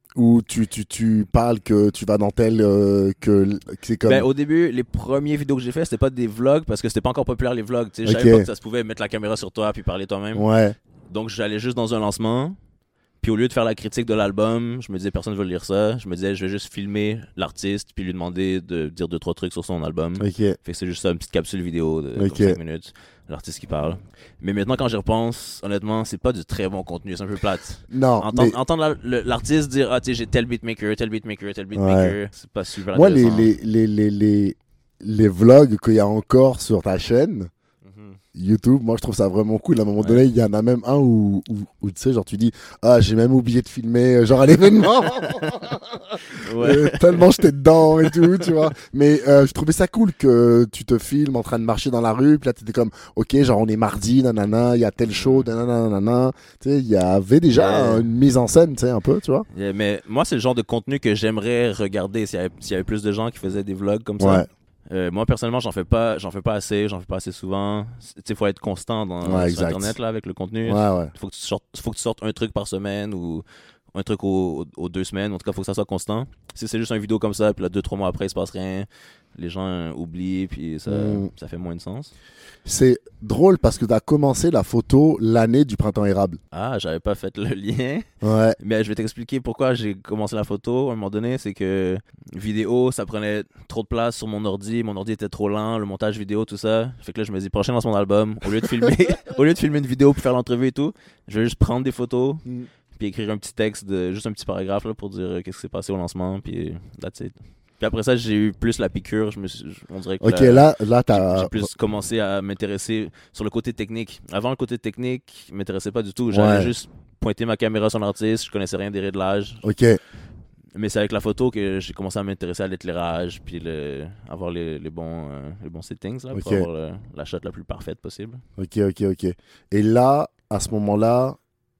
Où tu, tu, tu parles que tu vas dans tel... Euh, que, que c'est comme... Ben, au début, les premières vidéos que j'ai fait, c'était pas des vlogs parce que c'était pas encore populaire les vlogs. Tu sais, je Ok. savais pas que ça se pouvait mettre la caméra sur toi puis parler toi-même. Ouais. Donc j'allais juste dans un lancement. Puis au lieu de faire la critique de l'album, je me disais personne ne veut lire ça. Je me disais je vais juste filmer l'artiste puis lui demander de dire deux trois trucs sur son album. Ok. Fait que c'est juste ça, une petite capsule vidéo de Ok. cinq minutes, l'artiste qui parle. Mais maintenant quand j'y repense, honnêtement, c'est pas du très bon contenu, c'est un peu plate. Non, Entendre, mais... entendre la- le- l'artiste dire ah tu sais j'ai tel beatmaker, tel beatmaker, tel beatmaker, c'est pas super Moi, les, intéressant. les, les, les, les, les vlogs qu'il y a encore sur ta chaîne... Mhm. YouTube, moi je trouve ça vraiment cool. À un moment Ouais. donné, il y en a même un où, où, où, tu sais, genre tu dis ah j'ai même oublié de filmer, euh, genre à l'événement, Ouais. Euh, tellement j'étais dedans et tout, tu vois. Mais euh, je trouvais ça cool que tu te filmes en train de marcher dans la rue, puis là t'étais comme ok genre on est mardi, nanana, il y a tel show, nanana, nanana. Tu sais, il y avait déjà Ouais. une mise en scène, tu sais un peu, tu vois. Yeah, mais moi c'est le genre de contenu que j'aimerais regarder s'il y avait, s'il y avait plus de gens qui faisaient des vlogs comme ça. Ouais, Euh, moi personnellement j'en fais pas j'en fais pas assez j'en fais pas assez souvent. Tu sais faut être constant dans Ouais, sur exact. internet là avec le contenu. ouais, ouais. Faut que tu sortes faut que tu sortes un truc par semaine ou un truc aux, aux- aux deux semaines. En tout cas faut que ça soit constant. Si c'est juste une vidéo comme ça puis là deux trois mois après il se passe rien, les gens euh, oublient puis ça Mm. ça fait moins de sens. C'est drôle parce que t'as commencé la photo l'année du printemps érable. Ah j'avais pas fait le lien. Ouais, Mais je vais t'expliquer pourquoi j'ai commencé la photo à un moment donné. C'est que vidéo, ça prenait trop de place sur mon ordi. Mon ordi était trop lent, le montage vidéo, tout ça. Fait que là, je me dis, prochain lancement d'album, au lieu de filmer, au lieu de filmer une vidéo pour faire l'entrevue et tout, je vais juste prendre des photos, Mm. puis écrire un petit texte, de, juste un petit paragraphe là, pour dire euh, qu'est-ce qui s'est passé au lancement, puis that's it. Puis après ça, j'ai eu plus la piqûre. Je me suis, on dirait que ok la- là, là j'ai t'as... j'ai plus commencé à m'intéresser sur le côté technique. Avant, le côté technique m'intéressait pas du tout. J'allais Ouais. juste pointer ma caméra sur l'artiste, je connaissais rien des réglages. Ok, Mais c'est avec la photo que j'ai commencé à m'intéresser à l'éclairage, puis le, avoir les, les, bons, euh, les bons settings là, pour Ok. avoir le- la shot la plus parfaite possible. ok, ok, ok. Et là, à ce moment-là,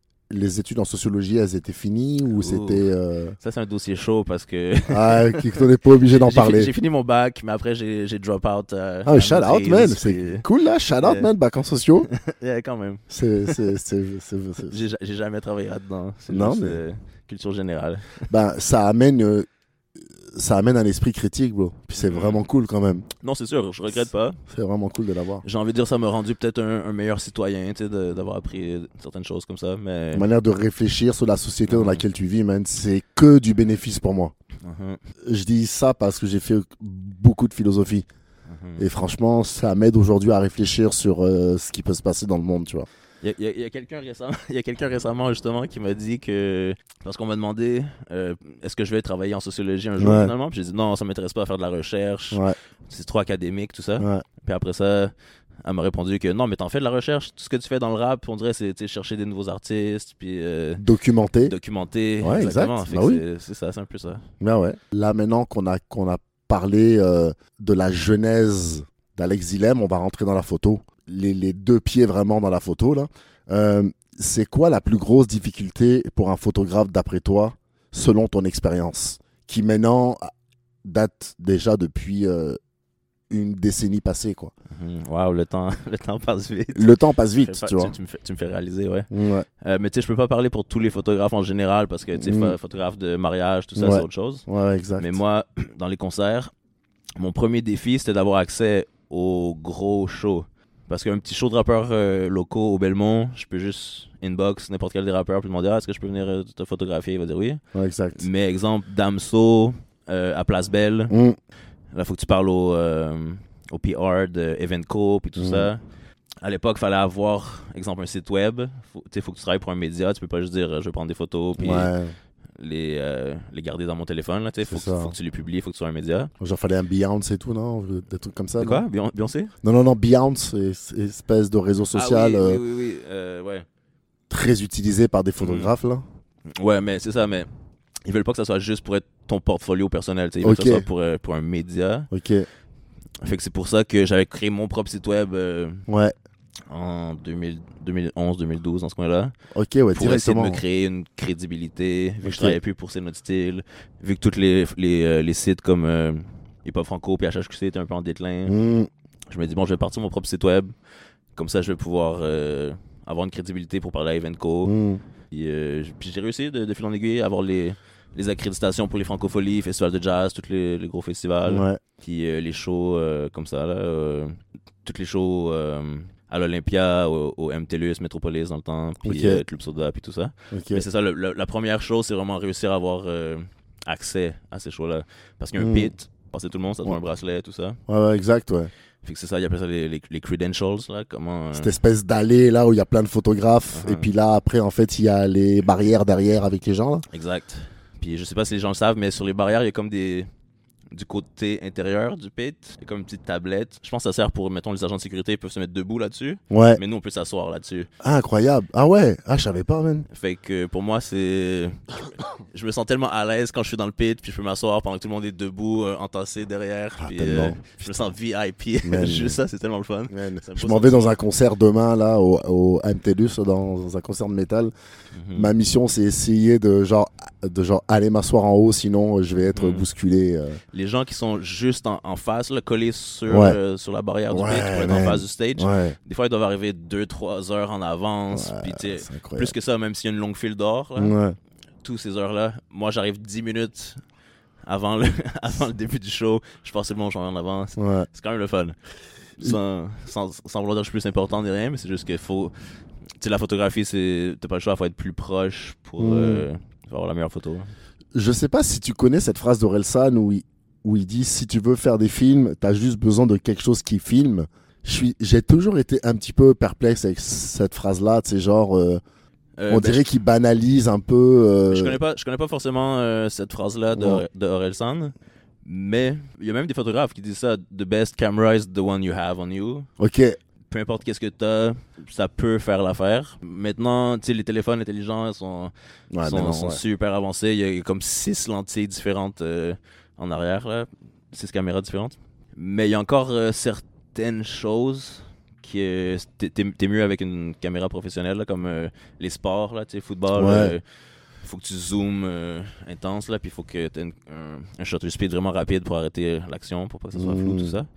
les études en sociologie, elles étaient finies ou Ouh. c'était... euh, Ça, c'est un dossier chaud parce que Ah, ok, qu'on n'est pas obligé d'en j'ai, fini, parler. j'ai fini mon bac, mais après, j'ai, j'ai drop out. Euh, Ah, à shout out, maîtrise, man. puis- C'est cool, là. Shout out, Yeah. man. Bac en sociaux. Yeah, quand même. C'est... c'est, c'est, c'est- c'est- J'ai, j'ai jamais travaillé là-dedans. C'est Non, juste, mais- euh, culture générale. Ben, ça amène... euh, ça amène un esprit critique, bro. Puis c'est Mhm. vraiment cool, quand même. Non, c'est sûr, je regrette pas. C'est vraiment cool de l'avoir. J'ai envie de dire, ça m'a rendu peut-être un, un meilleur citoyen, tu sais, de- d'avoir appris certaines choses comme ça, mais... Une manière de réfléchir sur la société dans Mhm. laquelle tu vis, man, c'est que du bénéfice pour moi. Mhm, Je dis ça parce que j'ai fait beaucoup de philosophie. mhm. Et franchement, ça m'aide aujourd'hui à réfléchir sur euh, ce qui peut se passer dans le monde, tu vois. Il y a, il y a- il y a quelqu'un récemment, il y a quelqu'un récemment justement qui m'a dit que parce qu'on m'a demandé euh, est-ce que je vais travailler en sociologie un jour Ouais. finalement, puis j'ai dit non, ça m'intéresse pas à faire de la recherche, Ouais, c'est trop académique tout ça. ouais. Puis après ça, elle m'a répondu que non, mais t'en fais de la recherche, tout ce que tu fais dans le rap, on dirait c'est tu sais, chercher des nouveaux artistes puis euh, Documenté. documenter. Ouais, exactement. exact. Fait Bah que oui. c'est, c'est ça, c'est un peu ça. Ben ouais. Là, maintenant qu'on a, qu'on a parlé euh, de la genèse d'Alex Zilem, on va rentrer dans la photo. Les, les deux pieds vraiment dans la photo, là. Euh, c'est quoi la plus grosse difficulté pour un photographe, d'après toi, selon ton expérience, qui maintenant date déjà depuis euh, une décennie passée, quoi. Mhm. Waouh, le temps, le temps passe vite. Le temps passe Je vite, fais pas- tu vois. tu me fais, tu me fais réaliser, ouais. Ouais. Euh, mais tu sais, je peux pas parler pour tous les photographes en général parce que tu sais, Mm. pho- photographe de mariage, tout ça, Ouais. c'est autre chose. Ouais, exact. Mais moi, dans les concerts, mon premier défi, c'était d'avoir accès aux gros shows. Parce qu'un petit show de rappeurs euh, locaux au Belmont, je peux juste inbox n'importe quel des rappeurs puis demander ah, est-ce que je peux venir euh, te photographier? Il va dire oui. Ouais, exact. Mais exemple, Damso euh, à Place Belle, Mm. là, faut que tu parles au, euh, au P R de Evenco puis tout Mm. ça. À l'époque, il fallait avoir, exemple, un site web. Faut, tu sais, faut que tu travailles pour un média. Tu peux pas juste dire euh, je vais prendre des photos puis Ouais. les, euh, les garder dans mon téléphone. Là, tu sais. Faut, C'est que- ça. faut que tu les publies, faut que tu sois un média. Genre, fallait un Beyoncé et tout, non? Des trucs comme ça. C'est non? quoi? Beyon- Beyoncé? Non, non, non, Beyoncé, c'est une espèce de réseau social Ah, oui, euh, oui, oui, oui. Euh, ouais. très utilisé par des photographes, là. Ouais, mais c'est ça, mais ils veulent pas que ça soit juste pour être ton portfolio personnel. tu sais. Ils veulent Ok. que ça soit pour, euh, pour un média. Ok, Fait que c'est pour ça que j'avais créé mon propre site web euh, ouais. en deux mille deux mille onze deux mille douze, dans ce coin-là. Ok, ouais, Pour essayer de directement. me créer une crédibilité, vu que Ok. je travaillais plus pour C'est notre style, vu que tous les, les, euh, les sites comme euh, Hip Hop Franco et H H Q C étaient un peu en déclin. Mm. Je me dis, bon, je vais partir mon propre site web. Comme ça, je vais pouvoir euh, avoir une crédibilité pour parler à Evenco. Mm. Puis, euh, j- puis j'ai réussi de, de fil en aiguille à avoir les, les accréditations pour les francopholies, festivals de jazz, tous les, les gros festivals. Ouais. Puis euh, les shows euh, comme ça, là. Euh, tous les shows euh, à l'Olympia, au, au M T L U S Metropolis dans le temps, puis Ok. euh, Club Soda, puis tout ça. Ok. Mais c'est ça, le, le, la première chose, c'est vraiment réussir à avoir euh, accès à ces shows-là. Parce qu'il y a un Mm. pit, passer tout le monde, ça te Ouais. prend un bracelet, tout ça. Ouais, ouais, exact, ouais. Fait que c'est ça, ils appellent ça les, les, les credentials, là, comment... euh, Cette espèce d'allée là où il y a plein de photographes. Uh-huh. Et puis là, après, en fait, il y a les barrières derrière avec les gens là. Exact. Puis je sais pas si les gens le savent, mais sur les barrières, il y a comme des... Du côté intérieur du pit, il y a comme une petite tablette. Je pense que ça sert pour, mettons, les agents de sécurité, ils peuvent se mettre debout là-dessus. Ouais. Mais nous, on peut s'asseoir là-dessus. Ah, incroyable. Ah ouais. Ah, je savais pas, man. Fait que pour moi, c'est. Je me sens tellement à l'aise quand je suis dans le pit, puis je peux m'asseoir pendant que tout le monde est debout, euh, entassé derrière. Ah, Puis tellement. euh, je me sens V I P. Man. Juste ça, c'est tellement le fun. Man. Ça me Je pose m'en un vais petit- dans un concert demain là au, au M T L U S, dans, dans un concert de métal. Mhm. Ma mission, c'est essayer de genre, de genre aller m'asseoir en haut, sinon je vais être Mhm. bousculé. euh. Les gens qui sont juste en, en face, là, collés sur, Ouais. euh, sur la barrière du Ouais, pit pour être man. en face du stage, Ouais. des fois, ils doivent arriver deux trois heures en avance. Ouais, Puis tu sais, c'est incroyable. plus que ça, même s'il y a une longue file dehors, là, Ouais. toutes ces heures-là, moi, j'arrive dix minutes avant le, avant le début du show. Je passe mon jour en avance. Ouais. C'est quand même le fun. Sans, sans, sans vouloir dire que je suis plus important ni rien, mais c'est juste qu'il faut. Tu sais, la photographie, c'est. T'as pas le choix, il faut être plus proche pour Mm. euh, avoir la meilleure photo. Je sais pas si tu connais cette phrase d'Orelsan où il, où il dit si tu veux faire des films, t'as juste besoin de quelque chose qui filme. Je suis, j'ai toujours été un petit peu perplexe avec cette phrase-là, tu sais, genre, euh, Euh, on ben, dirait qu'il banalise un peu. euh, je, je connais pas, je connais pas forcément euh, cette phrase-là de, Ouais. de Orelsan, mais il y a même des photographes qui disent ça. The best camera is the one you have on you. Ok, Peu importe qu'est-ce que t'as, ça peut faire l'affaire. Maintenant, tu sais, les téléphones intelligents sont, ouais, sont, mais non, sont ouais. super avancés. Il y a, il y a comme six lentilles différentes euh, en arrière, là. Six caméras différentes. Mais il y a encore euh, certaines choses qui euh, t'es, t'es- t'es mieux avec une caméra professionnelle, là, comme euh, les sports, là, tu sais, football. Ouais. euh, faut que tu zoomes euh, intense, là, puis il faut que tu aies un, un shutter speed vraiment rapide pour arrêter l'action, pour pas que ça soit flou, Mm. tout ça.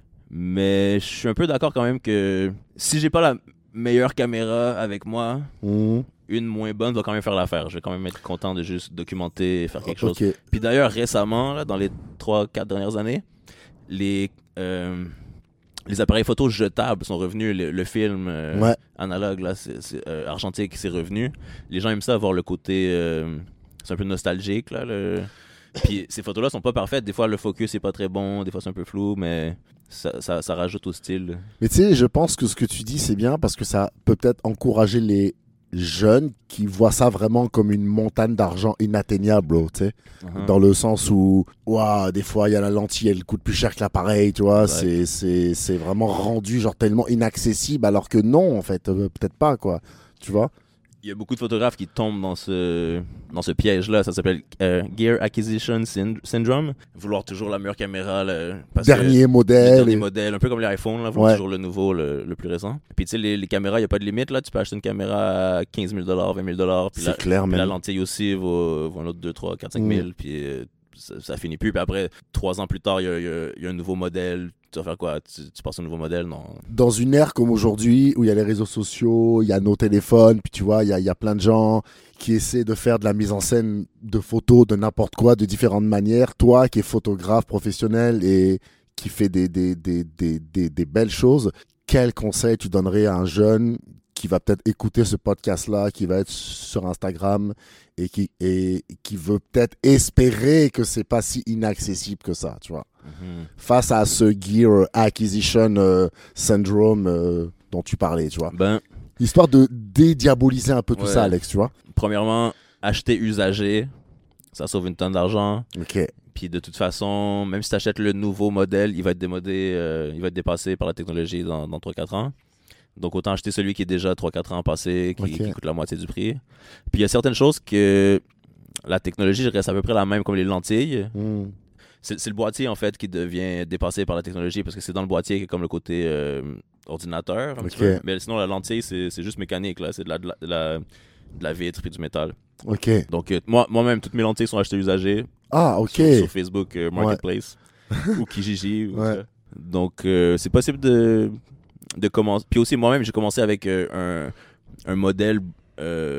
Mais je suis un peu d'accord quand même que si j'ai pas la meilleure caméra avec moi, Mhm. une moins bonne va quand même faire l'affaire. Je vais quand même être content de juste documenter et faire quelque chose. Ok. Puis d'ailleurs, récemment, là, dans les trois quatre dernières années, les, euh, les appareils photo jetables sont revenus. Le, le film euh, Ouais. analogue, là, c'est, c'est, euh, argentique, c'est revenu. Les gens aiment ça, avoir le côté... euh, c'est un peu nostalgique, là. Le... Puis ces photos-là sont pas parfaites. Des fois, le focus est pas très bon. Des fois, c'est un peu flou, mais ça, ça, ça rajoute au style. Mais tu sais, je pense que ce que tu dis, c'est bien parce que ça peut peut-être encourager les jeunes qui voient ça vraiment comme une montagne d'argent inatteignable, bro, tu sais. Uh-huh. Dans le sens où, ouah, des fois, il y a la lentille, elle coûte plus cher que l'appareil, tu vois. Exact. C'est, c'est, c'est vraiment rendu genre tellement inaccessible, alors que non, en fait, euh, peut-être pas, quoi. Tu vois. Il y a beaucoup de photographes qui tombent dans ce, dans ce piège-là. Ça s'appelle euh, Gear Acquisition Syn- Syndrome. Vouloir toujours la meilleure caméra. Le, parce que Dernier le modèle. dernier et- modèle, un peu comme les iPhones, là, vouloir Ouais. toujours le nouveau, le, le plus récent. Puis tu sais, les, les caméras, il n'y a pas de limite. Là. Tu peux acheter une caméra à quinze mille dollars, vingt mille dollars. Puis C'est la, clair, puis la même. lentille aussi vaut, vaut un autre deux, trois, quatre, cinq Mm. mille. Puis euh, ça, ça finit plus. Puis après, trois ans plus tard, il y a, il y a- il y a un nouveau modèle. Tu vas faire quoi? Tu, tu passes au nouveau modèle? Non. Dans une ère comme aujourd'hui, où il y a les réseaux sociaux, il y a nos téléphones, puis tu vois, il y a, il y a plein de gens qui essaient de faire de la mise en scène de photos de n'importe quoi, de différentes manières. Toi, qui es photographe professionnel et qui fait des, des, des, des, des, des belles choses, quel conseil tu donnerais à un jeune qui va peut-être écouter ce podcast-là, qui va être sur Instagram et qui, et qui veut peut-être espérer que c'est pas si inaccessible que ça, tu vois, Mhm. face à ce Gear Acquisition euh, Syndrome euh, dont tu parlais, tu vois. Ben, Histoire de dédiaboliser un peu tout Ouais. ça, Alex, tu vois. premièrement, acheter usagé, ça sauve une tonne d'argent. Ok. Puis de toute façon, même si tu achètes le nouveau modèle, il va être démodé, euh, il va être dépassé par la technologie dans, dans trois quatre ans. Donc autant acheter celui qui est déjà trois quatre ans passé, qui, Ok. qui coûte la moitié du prix. Puis il y a certaines choses que la technologie reste à peu près la même comme les lentilles. Hmm. C'est, c'est le boîtier en fait qui devient dépassé par la technologie parce que c'est dans le boîtier que comme le côté euh, ordinateur. Un petit Ok. peu. Mais sinon la lentille c'est, c'est juste mécanique là, c'est de la, de la, de la, de la vitre puis du métal. Ok. Donc euh, moi, moi-même toutes mes lentilles sont achetées usagées. Ah, ok. Sur, sur Facebook euh, Marketplace ou Kijiji. Ou Ouais. ça. Donc, euh, c'est possible de, de commencer. Puis aussi, moi-même, j'ai commencé avec euh, un, un modèle, euh,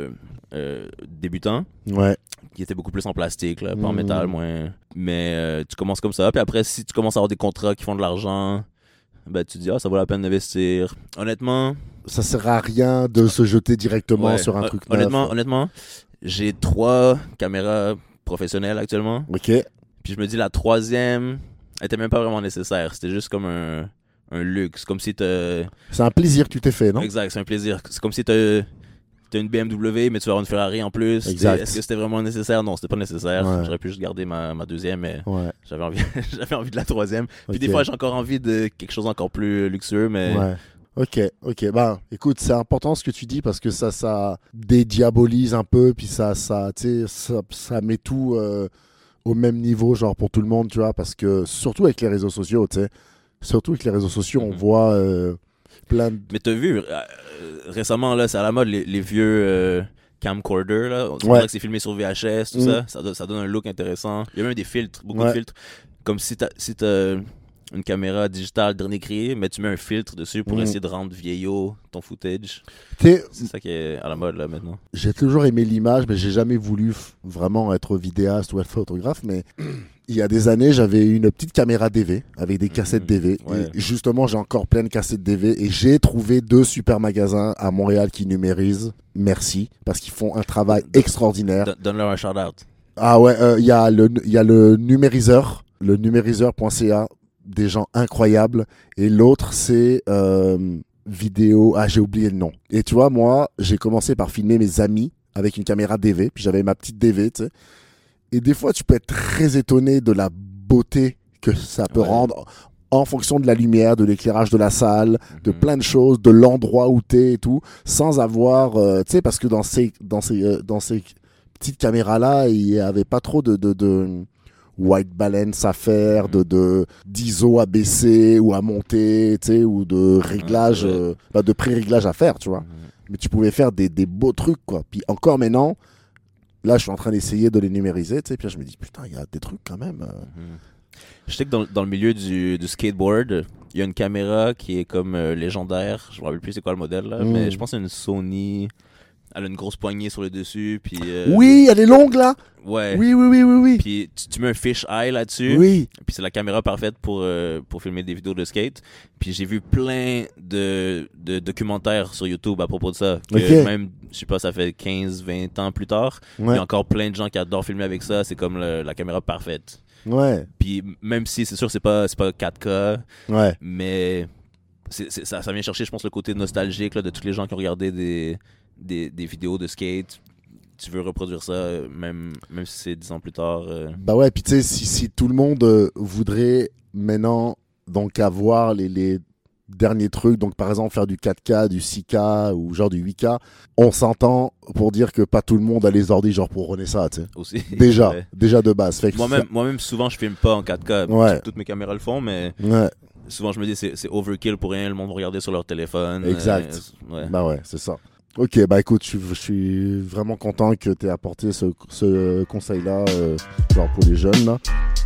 euh, débutant. Ouais. Qui était beaucoup plus en plastique, là, pas en Mmh. métal, moins. Mais euh, tu commences comme ça. Puis après, si tu commences à avoir des contrats qui font de l'argent, ben tu te dis, ah, ça vaut la peine d'investir. Honnêtement. Ça sert à rien de se jeter directement Ouais, sur un hon- truc honnêtement, neuf. honnêtement, j'ai trois caméras professionnelles actuellement. Ok. Puis je me dis, la troisième, elle était même pas vraiment nécessaire. C'était juste comme un, un luxe. Comme si t'as. C'est un plaisir que tu t'es fait, non? Exact, c'est un plaisir. C'est comme si t'as. T'as une B M W, mais tu vas avoir une Ferrari en plus. Exact. T'sais, est-ce que c'était vraiment nécessaire? Non, c'était pas nécessaire. Ouais. J'aurais pu juste garder ma, ma deuxième, mais Ouais. j'avais envie, j'avais envie de la troisième. Puis Ok. des fois, j'ai encore envie de quelque chose encore plus luxueux, mais Ouais. Ok, ok. Bah, écoute, c'est important ce que tu dis parce que ça, ça dédiabolise un peu, puis ça, ça, tu sais, ça, ça met tout euh, au même niveau, genre pour tout le monde, tu vois, parce que surtout avec les réseaux sociaux, tu sais, surtout avec les réseaux sociaux, on Mhm. voit euh, plein de... Mais t'as vu, euh, euh, récemment, là, c'est à la mode, les, les vieux euh, camcorders, là. On Ouais. dirait que c'est filmé sur V H S, tout Mm. ça. Ça, do- ça donne un look intéressant. Il y a même des filtres, beaucoup Ouais. de filtres. Comme si t'as, si t'as une caméra digitale dernier cri, mais tu mets un filtre dessus pour Mm. essayer de rendre vieillot ton footage. Tu sais, C'est ça qui est à la mode, là, maintenant. j'ai toujours aimé l'image, mais j'ai jamais voulu f- vraiment être vidéaste ou être photographe. Mais il y a des années, j'avais une petite caméra D V avec des cassettes Mhm. D V. Ouais. Et justement, j'ai encore plein de cassettes D V et j'ai trouvé deux super magasins à Montréal qui numérisent. Merci, parce qu'ils font un travail Don- extraordinaire. Don- Donne-leur un shout-out. Ah ouais, euh, il y a le il y a le numériseur, le numériseur point c a, des gens incroyables. Et l'autre, c'est euh, vidéo. Ah, j'ai oublié le nom. Et tu vois, moi, j'ai commencé par filmer mes amis avec une caméra D V. Puis j'avais ma petite D V, tu sais. Et des fois, tu peux être très étonné de la beauté que ça peut Ouais. rendre en fonction de la lumière, de l'éclairage de la salle, de Mhm. plein de choses, de l'endroit où t'es et tout, sans avoir, euh, tu sais, parce que dans ces, dans ces, euh, dans ces petites caméras-là, il n'y avait pas trop de, de, de white balance à faire, de, de, d'I S O à baisser ou à monter, tu sais, ou de réglage, Ouais. euh, bah, de pré-réglage à faire, tu vois. Mhm. Mais tu pouvais faire des, des beaux trucs, quoi. Puis encore maintenant, là, je suis en train d'essayer de les numériser, tu sais, puis là, je me dis, putain, il y a des trucs quand même. euh. Mhm. Je sais que dans, dans le milieu du, du skateboard, il y a une caméra qui est comme euh, légendaire. Je me rappelle plus c'est quoi le modèle, là, Mm. mais je pense que c'est une Sony. Elle a une grosse poignée sur le dessus, puis... euh, Oui, elle est longue, là. Ouais. Oui, oui, oui, oui, oui. Puis tu, tu mets un fish eye là-dessus. Oui. Puis c'est la caméra parfaite pour, euh, pour filmer des vidéos de skate. Puis j'ai vu plein de, de documentaires sur YouTube à propos de ça. Que Ok. même, je sais pas, ça fait quinze vingt ans plus tard, il Ouais. y a encore plein de gens qui adorent filmer avec ça. C'est comme le- la caméra parfaite. Ouais. Puis même si c'est sûr c'est pas c'est pas quatre K, Ouais. mais c'est, c'est- ça, ça vient chercher, je pense, le côté nostalgique là, de tous les gens qui ont regardé des, des, des vidéos de skate. Tu veux reproduire ça, euh, même, même si c'est dix ans plus tard. euh. Bah ouais, puis tu sais, si, si tout le monde euh, voudrait maintenant donc avoir les, les derniers trucs, donc par exemple faire du quatre K, du six K ou genre du huit K, on s'entend pour dire que pas tout le monde a les ordi genre pour runner ça, tu sais. Aussi. Déjà, Ouais. déjà de base. Fait que Moi-même, moi-même, souvent, je filme pas en quatre K. Ouais. Toutes mes caméras le font, mais ça- Ouais, souvent, je me dis c'est, c'est overkill pour rien. Le monde va regarder sur leur téléphone. Exact. euh, ouais. bah ouais, c'est ça. Ok, bah écoute, je, suis- je suis vraiment content que tu aies apporté ce, ce conseil-là, euh, genre pour les jeunes, là.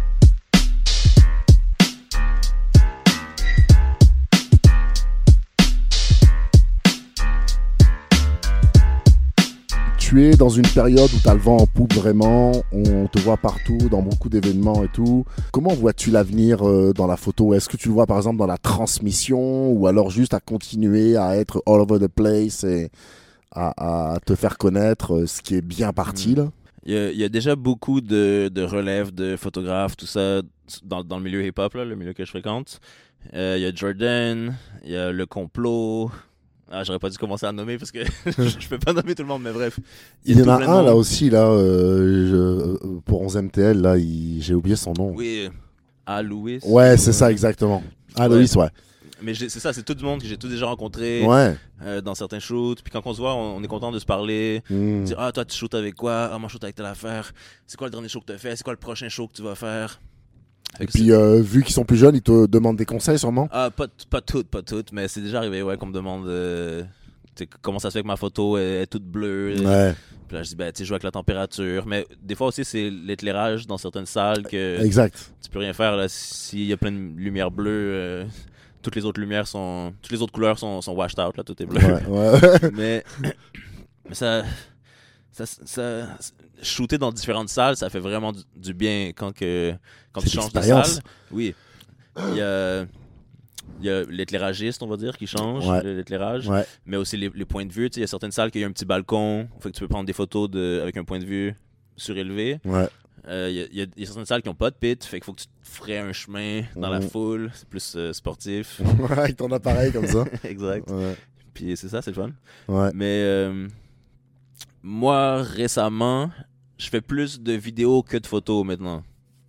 Tu es dans une période où tu as le vent en poupe vraiment, on te voit partout, dans beaucoup d'événements et tout. Comment vois-tu l'avenir euh, dans la photo? Est-ce que tu le vois par exemple dans la transmission ou alors juste à continuer à être all over the place et à, à te faire connaître, euh, ce qui est bien parti là? Il y, a, il y a déjà beaucoup de, de relèves de photographes, tout ça, dans, dans le milieu hip-hop, là, le milieu que je fréquente. Euh, il y a Jordan, il y a Le Complot. Ah, j'aurais pas dû commencer à nommer parce que je peux pas nommer tout le monde, mais bref. Il y en tout a plein de un monde. là aussi, là, euh, je- euh, pour onze M T L, là, il- j'ai oublié son nom. Oui, euh, à Louis. Ouais, c'est ça exactement. Ah, Ouais. Loïs, ouais. Mais j'ai- c'est ça, c'est tout le monde que j'ai tous déjà rencontré Ouais. euh, dans certains shoots. Puis quand on se voit, on, on est content de se parler. Hmm. Dire, ah, toi, tu shootes avec quoi? Ah, moi, je shoot avec telle affaire. C'est quoi le dernier show que tu as fait? C'est quoi le prochain show que tu vas faire? Fait Et que puis, c'est- euh, vu qu'ils sont plus jeunes, ils te demandent des conseils sûrement. Ah, pas, t- pas toutes, pas toutes, mais c'est déjà arrivé, ouais, qu'on me demande euh, tu sais, comment ça se fait que ma photo est, est toute bleue. Ouais, Puis là, je dis, ben, tu sais, joue avec la température. Mais des fois aussi, c'est l'éclairage dans certaines salles que exact. tu peux rien faire. Là, s'il y a plein de lumière bleue, euh, toutes les autres lumières sont. Toutes les autres couleurs sont, sont washed out, là, tout est bleu. Ouais, ouais. mais, mais ça. ça, ça, shooter dans différentes salles, ça fait vraiment du, du bien quand, que, quand tu changes de salle. Oui. Il y a, il y a l'éclairagiste, on va dire, qui change ouais. l'éclairage, ouais. mais aussi les, les points de vue. Il y a certaines salles qui ont un petit balcon, fait que tu peux prendre des photos de, avec un point de vue surélevé. Ouais. Euh, il, y a, il, y a, il y a certaines salles qui n'ont pas de pit, fait qu'il faut que tu te ferais un chemin dans mmh. la foule, c'est plus euh, sportif. Ouais, avec ton appareil comme ça. Exact. Ouais. Puis c'est ça, c'est le fun. Ouais. Mais euh, moi, récemment, je fais plus de vidéos que de photos maintenant.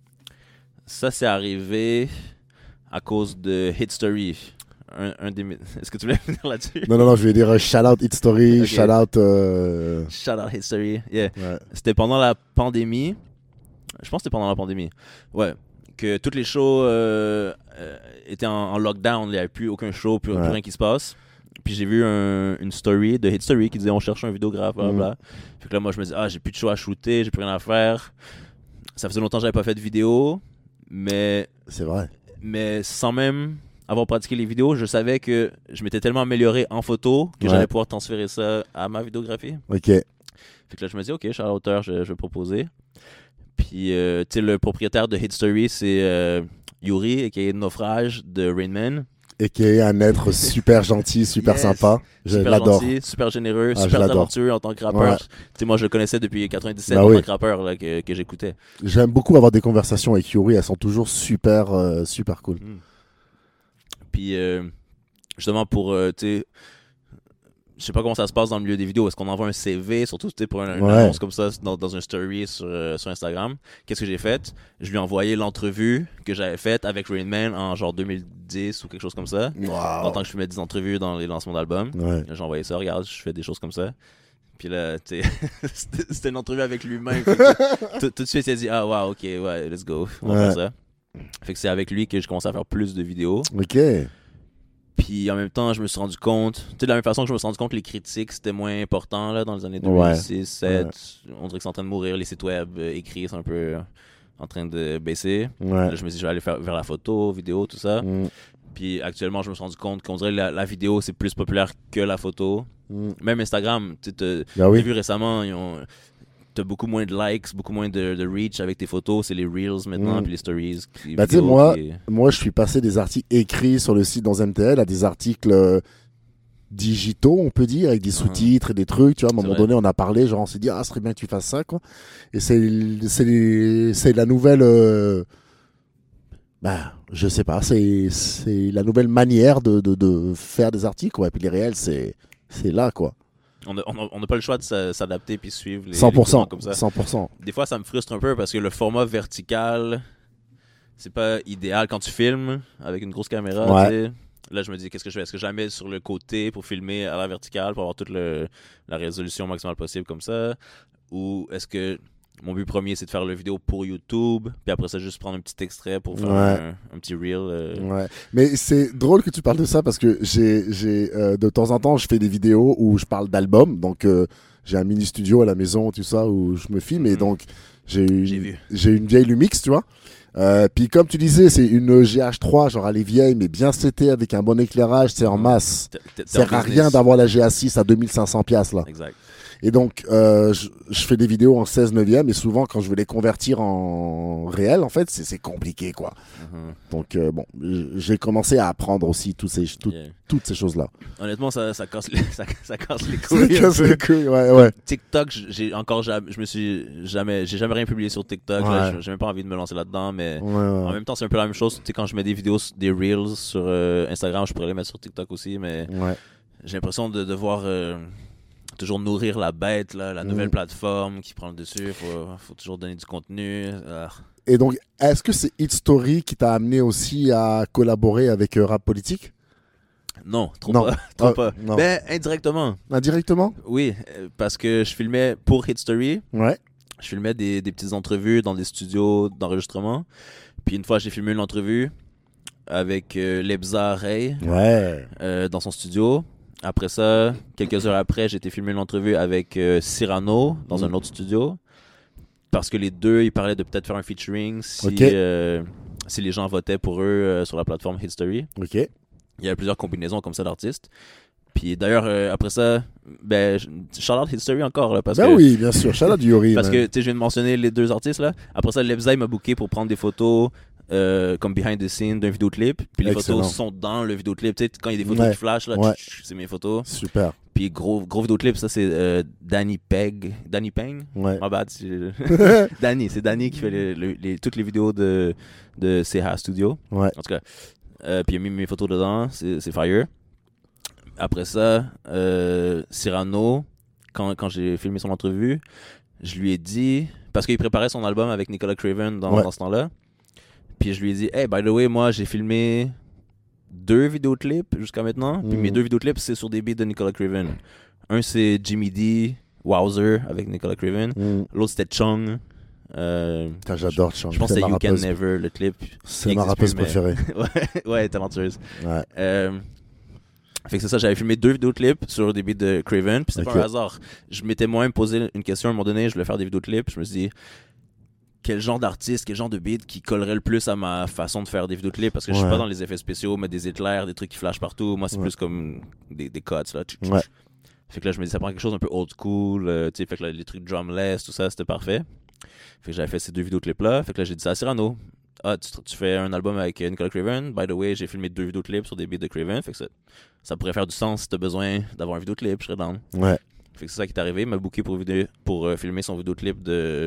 Ça, c'est arrivé à cause de Hitstory. Un, un des... Est-ce que tu voulais venir là-dessus? Non, non, non, je vais dire uh, shout out Hitstory, okay. shout out. Euh... Shout out Hitstory, yeah. Ouais. C'était pendant la pandémie. Je pense que c'était pendant la pandémie. Ouais. Que toutes les shows euh, euh, étaient en, en lockdown. Il n'y avait plus aucun show, plus, ouais. plus rien qui se passe. Puis j'ai vu un, une story de Hitstory qui disait on cherche un vidéographe, blablabla. Mm. Fait que là, moi, je me dis, ah, j'ai plus de show à shooter, j'ai plus rien à faire. Ça faisait longtemps que j'avais pas fait de vidéo, mais. C'est vrai. Mais sans même avoir pratiqué les vidéos, je savais que je m'étais tellement amélioré en photo que ouais. j'allais pouvoir transférer ça à ma vidéographie. Ok. Fait que là, je me dis, ok, je suis à la hauteur, je, je vais proposer. Puis, euh, tu sais, le propriétaire de Hitstory, c'est euh, Yuri, qui est Naufrage de Rain Man. Et qui est un être super gentil, super yes. sympa. Je super l'adore. Gentil, super généreux, ah, super talentueux en tant que rappeur. Ouais. Tu sais, moi, je le connaissais depuis quatre-vingt-dix-sept bah en oui. tant que rappeur là, que, que j'écoutais. J'aime beaucoup avoir des conversations avec Yuri. Elles sont toujours super, euh, super cool. Mm. Puis, euh, justement, pour, euh, tu sais, je sais pas comment ça se passe dans le milieu des vidéos. Est-ce qu'on envoie un C V, surtout pour une, une ouais. annonce comme ça dans, dans un story sur, euh, sur Instagram? Qu'est-ce que j'ai fait? Je lui ai envoyé l'entrevue que j'avais faite avec Rain Man en genre deux mille dix ou quelque chose comme ça. Wow. En tant que je faisais des entrevues dans les lancements d'albums. Ouais. J'ai envoyé ça, regarde, je fais des choses comme ça. Puis là, tu sais, c'était, c'était une entrevue avec lui-même. tout, tout de suite, il a dit, ah, wow, ok, ouais, let's go. On va ouais. faire ça. Fait que c'est avec lui que je commence à faire plus de vidéos. Ok. Puis en même temps, je me suis rendu compte, tu sais, de la même façon que je me suis rendu compte que les critiques, c'était moins important là, dans les années deux mille six, deux mille sept. Ouais. On dirait que c'est en train de mourir. Les sites web euh, écrits, c'est un peu euh, en train de baisser. Ouais. Là, je me suis dit, je vais aller faire, vers la photo, vidéo, tout ça. Mm. Puis actuellement, je me suis rendu compte qu'on dirait que la, la vidéo, c'est plus populaire que la photo. Mm. Même Instagram, tu sais, bah oui. j'ai vu récemment, ils ont... T'as beaucoup moins de likes, beaucoup moins de, de reach avec tes photos. C'est les Reels maintenant, mm. puis les Stories. Les bah tu sais, moi, qui... moi, je suis passé des articles écrits sur le site dans M T L à des articles euh, digitaux, on peut dire, avec des sous-titres uh-huh. et des trucs. Tu vois, à un moment donné, on a parlé, genre, on s'est dit, ah, ce serait bien que tu fasses ça, quoi. Et c'est, c'est, les, c'est la nouvelle... Euh, bah, je sais pas, c'est, c'est la nouvelle manière de, de, de faire des articles, quoi. Et puis les réels, c'est, c'est là, quoi. On n'a on a pas le choix de s'adapter puis suivre les, cent pour cent, les comme ça. cent pour cent. Des fois, ça me frustre un peu parce que le format vertical, c'est pas idéal quand tu filmes avec une grosse caméra. Ouais. Tu sais. Là, je me dis, qu'est-ce que je fais? Est-ce que je la mets sur le côté pour filmer à la verticale pour avoir toute le, la résolution maximale possible comme ça? Ou est-ce que mon but premier, c'est de faire la vidéo pour YouTube, puis après ça, juste prendre un petit extrait pour faire ouais. un, un petit reel. Euh... Ouais. Mais c'est drôle que tu parles de ça parce que j'ai, j'ai euh, de temps en temps, je fais des vidéos où je parle d'albums. Donc, euh, j'ai un mini studio à la maison, tout ça, où je me filme. Et donc, j'ai une, j'ai vu. j'ai une vieille Lumix, tu vois. Euh, puis comme tu disais, c'est une G H trois, genre elle est vieille, mais bien setée avec un bon éclairage, c'est en masse. Ça sert à rien d'avoir la G A six à deux mille cinq cents piastres là. Exact. Et donc, euh, je, je fais des vidéos en seize neuvième et souvent, quand je veux les convertir en réel, en fait, c'est, c'est compliqué, quoi. Mm-hmm. Donc, euh, bon, j'ai commencé à apprendre aussi tous ces, tout, yeah. toutes ces choses-là. Honnêtement, ça, ça, casse les, ça, ça casse les couilles. Ça casse les couilles, ouais, ouais. TikTok, j'ai encore jamais, je me suis jamais, j'ai jamais rien publié sur TikTok. Ouais. Là, j'ai même pas envie de me lancer là-dedans, mais ouais, ouais. en même temps, c'est un peu la même chose. Tu sais, quand je mets des vidéos, des Reels sur euh, Instagram, je pourrais les mettre sur TikTok aussi, mais ouais. j'ai l'impression de devoir... Euh, toujours nourrir la bête, là, la nouvelle mmh. plateforme qui prend le dessus. Il faut, faut toujours donner du contenu. Ah. Et donc, est-ce que c'est Hitstory qui t'a amené aussi à collaborer avec euh, Rap Politique? Non, trop non. pas. trop ah, pas. Non. Ben, indirectement. Indirectement? Oui, parce que je filmais pour Hitstory. Ouais. Je filmais des, des petites entrevues dans des studios d'enregistrement. Puis une fois, j'ai filmé une entrevue avec euh, Lebza Ray ouais. euh, dans son studio. Après ça, quelques heures après, j'ai été filmer une entrevue avec euh, Cyrano dans mmh. un autre studio. Parce que les deux, ils parlaient de peut-être faire un featuring si, okay. euh, si les gens votaient pour eux euh, sur la plateforme Hitstory. OK. Il y avait plusieurs combinaisons comme ça d'artistes. Puis d'ailleurs, euh, après ça, ben, shout out History encore, là, parce Ben que... oui, bien sûr, shout out du Yori. Parce man. que, tu sais, je viens de mentionner les deux artistes, là. Après ça, Lebza, il m'a booké pour prendre des photos, euh, comme behind the scene d'un vidéoclip. Puis les Excellent. photos sont dans le vidéoclip. Tu sais, quand il y a des photos Ouais. qui flashent, là, Ouais. tch, tch, c'est mes photos. Super. Puis gros, gros vidéoclip, ça, c'est euh, Danny Peg. Danny Peng? Ouais. My bad. c'est- Danny, c'est Danny qui fait les, les- les- toutes les vidéos de, de Seha Studio. Ouais. En tout cas. Euh, puis il a mis mes photos dedans, c'est, c'est fire. Après ça, euh, Cyrano, quand, quand j'ai filmé son entrevue, je lui ai dit, parce qu'il préparait son album avec Nicolas Craven dans, Ouais. dans ce temps-là, puis je lui ai dit, hey, by the way, moi j'ai filmé deux vidéoclips jusqu'à maintenant, puis Mhm. mes deux vidéoclips c'est sur des beats de Nicolas Craven. Un c'est Jimmy D, Wowzer avec Nicolas Craven, Mm. l'autre c'était Chung. Euh, Putain, j'adore Chang. je pense que C'est c'est ma You Can rappeuse- Never, le clip. C'est Il ma existe rappeuse plus, mais- préférée. ouais, ouais, talentueuse. Ouais. Euh, fait que c'est ça, j'avais filmé deux vidéoclips sur des beats de Craven, puis c'était Ok. pas un hasard. Je m'étais moi-même posé une question à un moment donné, je voulais faire des vidéoclips, je me suis dit, quel genre d'artiste, quel genre de beat qui collerait le plus à ma façon de faire des vidéoclips, parce que je suis Ouais. pas dans les effets spéciaux, mais des éclairs, des trucs qui flashent partout, moi c'est Ouais. plus comme des, des cuts, là. Tchou, tchou, Ouais. tchou. Fait que là, je me dis, ça prend quelque chose un peu old school, euh, tu sais, fait que là, les trucs drumless, tout ça, c'était parfait. Fait que j'avais fait ces deux vidéoclips-là, fait que là, j'ai dit ça à Cyrano. Ah, tu, tu fais un album avec euh, Nicolas Craven. By the way, j'ai filmé deux vidéoclips sur des beats de Craven. Fait que ça, ça pourrait faire du sens si t'as besoin d'avoir un vidéoclip, je serais down. Ouais. Fait que c'est ça qui est arrivé. Il m'a booké pour, vidéo, pour euh, filmer son vidéoclip de.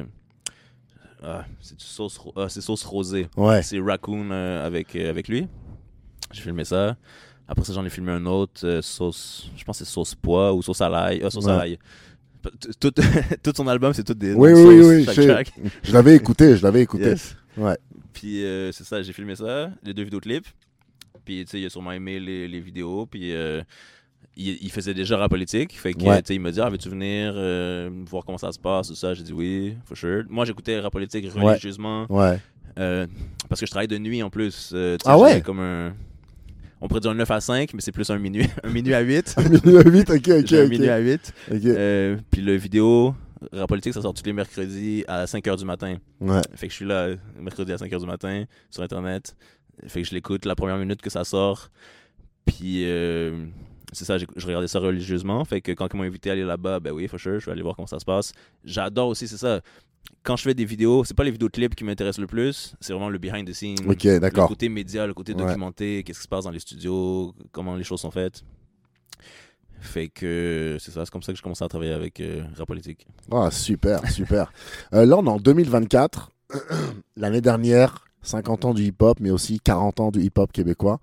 Ah, c'est du sauce, ro- ah, c'est sauce rosée. Ouais. C'est Raccoon euh, avec, euh, avec lui. J'ai filmé ça. Après ça, j'en ai filmé un autre, euh, sauce. Je pense que c'est sauce pois ou sauce à l'ail. Ah, sauce Ouais. à l'ail. Tout, tout, tout son album, c'est tout des Oui, noms de oui, sauces, oui, chaque je sais. track. Je l'avais écouté, je l'avais écouté. Yes. Ouais. Puis euh, c'est ça, j'ai filmé ça, les deux vidéoclips. Puis tu sais, il a sûrement aimé les, les vidéos. Puis euh, il, il faisait déjà rap politique. Fait que Ouais. tu sais, il m'a dit, ah, veux-tu venir euh, voir comment ça se passe, tout ça. J'ai dit oui, for sure. Moi, j'écoutais rap politique religieusement. Ouais. euh, parce que je travaille de nuit en plus. Euh, tu sais, Ah ouais? j'ai comme un. On pourrait dire un neuf à cinq, mais c'est plus un minuit, un minuit à huit. Minuit à huit, ok, ok, J'ai un ok. minuit à huit. Ok. Euh, puis le vidéo, rap politique, ça sort tous les mercredis à cinq heures du matin. Ouais. Fait que je suis là euh, mercredi à cinq heures du matin sur internet. Fait que je l'écoute la première minute que ça sort. Puis euh, c'est ça, j'ai- je regardais ça religieusement. Fait que quand ils m'ont invité à aller là-bas, ben oui, for sure, je vais aller voir comment ça se passe. J'adore aussi, c'est ça. Quand je fais des vidéos, c'est pas les vidéoclips qui m'intéressent le plus, c'est vraiment le behind the scenes. Ok, Le d'accord. côté média, le côté Ouais. documenté, qu'est-ce qui se passe dans les studios, comment les choses sont faites. Fait que c'est ça, c'est comme ça que je commence à travailler avec euh, Rap Politique. Ah, super, super. Euh, là, on est en deux mille vingt-quatre. L'année dernière, cinquante ans du hip-hop, mais aussi quarante ans du hip-hop québécois.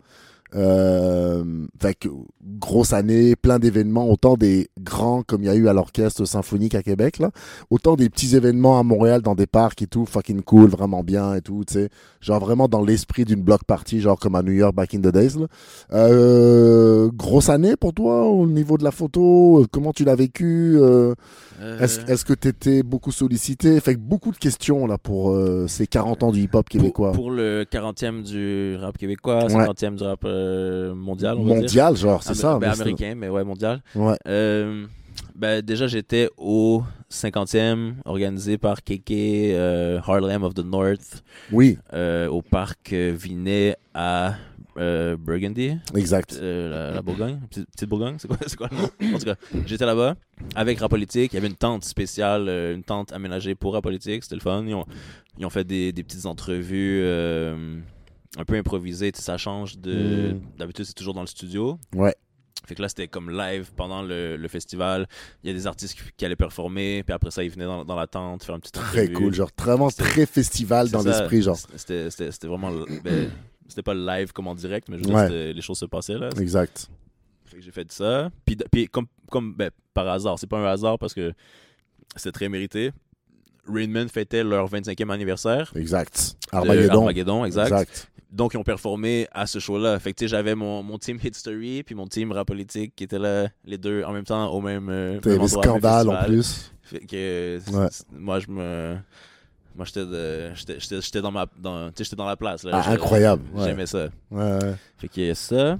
Euh, fait que, grosse année, plein d'événements, autant des grands comme il y a eu à l'orchestre symphonique à Québec, là, autant des petits événements à Montréal dans des parcs et tout, fucking cool, vraiment bien et tout, tu sais, genre vraiment dans l'esprit d'une block party, genre comme à New York back in the days. Là. Euh, grosse année pour toi au niveau de la photo, comment tu l'as vécu euh, Euh, Est-ce est-ce que tu étais beaucoup sollicité? Fait que beaucoup de questions là pour euh, ces quarante ans du hip-hop québécois. Pour, pour le quarantième du rap québécois, Ouais. cinquantième du rap euh, mondial, on va dire. Mondial, genre, c'est Am- ça. ben, mais c'est- américain, mais ouais, mondial. Ouais. Euh, ben, déjà, j'étais au cinquantième, organisé par K K euh, Harlem of the North, Oui, euh, au parc euh, Vinet à euh, Burgundy, exact. euh, la, la Bourgogne, petite, petite Bourgogne, c'est quoi, c'est quoi le nom? En tout cas, j'étais là-bas avec Rap Politique. Il y avait une tente spéciale, euh, une tente aménagée pour Rap Politique, c'était le fun. Ils ont, ils ont fait des, des petites entrevues euh, un peu improvisées, tu sais, ça change de. Mm. D'habitude, c'est toujours dans le studio. Ouais. Fait que là, c'était comme live pendant le, le festival. Il y a des artistes qui, qui allaient performer, puis après ça, ils venaient dans, dans la tente faire une petite Très entrevue. cool, genre vraiment C'était- très festival C'est dans ça, l'esprit, genre. C'était, c'était, c'était vraiment. Ben, c'était pas live comme en direct, mais je veux dire, Ouais. c'était- les choses se passaient là. Exact. Fait que j'ai fait ça. Puis, puis comme, comme ben, par hasard, c'est pas un hasard parce que c'était très mérité. Rainman fêtait leur vingt-cinquième anniversaire. Exact. de Armageddon. Armageddon, exact. Exact. Donc, ils ont performé à ce show-là. Fait que, tu sais, j'avais mon, mon team Hit Story puis mon team Rap Politique qui étaient là, les deux en même temps, au même, euh, T'avais même des endroit, même scandales en festival. plus. Fait que, euh, c- Ouais. c- moi, je me... Moi, j'étais, de- j'étais, j'étais, j'étais dans ma... Dans, tu sais, j'étais dans la place, là. Ah, J'ai- incroyable. Ouais. J'aimais ça. Ouais, ouais. Fait qu'il y a ça.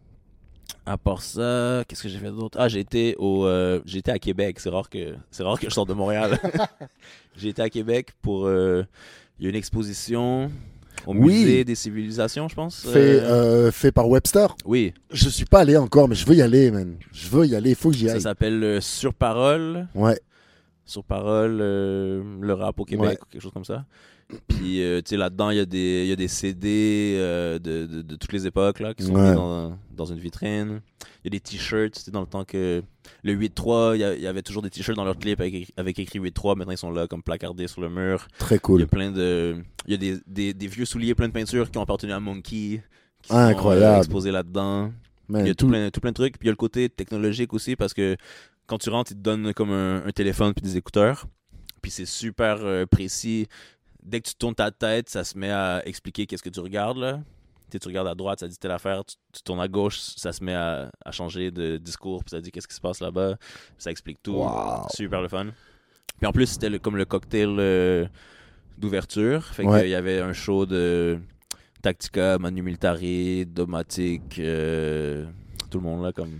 À part ça, qu'est-ce que j'ai fait d'autre? Ah, j'ai été au, euh, j'ai été à Québec. C'est rare que, c'est rare que je sorte de Montréal. J'ai été à Québec pour, euh, il y a une exposition. au Oui. musée des civilisations, je pense. Fait, Euh, euh, fait par Webster. Oui, Je suis pas allé encore, mais je veux y aller, man. Je veux y aller, il faut que j'y ça aille. s'appelle euh, Sur Parole. Ouais, Sur Parole, euh, le rap au Québec, Ouais. ou quelque chose comme ça. Puis, euh, tu sais, là-dedans, il y a des, il y a des C D euh, de, de, de toutes les époques là, qui sont Ouais. mis dans, dans une vitrine. Il y a des t-shirts, tu sais, dans le temps que le huit trois, il y, a- il y avait toujours des t-shirts dans leur clip avec, avec écrit huit trois. Maintenant, ils sont là comme placardés sur le mur. très Il y cool. a plein de... Il y a des, des, des vieux souliers plein de peinture qui ont appartenu à Monkey, qui Ah, sont incroyable. euh, exposés là-dedans. Man, Il y a tout, tout- plein, tout plein de trucs. Puis il y a le côté technologique aussi parce que quand tu rentres, ils te donnent comme un, un téléphone puis des écouteurs. Puis c'est super euh, précis. Dès que tu tournes ta tête, ça se met à expliquer qu'est-ce que tu regardes là. Tu sais, tu regardes à droite, ça dit telle affaire. Tu, tu tournes à gauche, ça se met à, à changer de discours. Puis ça dit qu'est-ce qui se passe là-bas. Ça explique tout. Wow. Super le fun. Puis en plus, c'était le- comme le cocktail euh, d'ouverture. Fait Ouais. qu'il y avait un show de Tactica, Manu Militari, Domatic, euh, tout le monde là comme...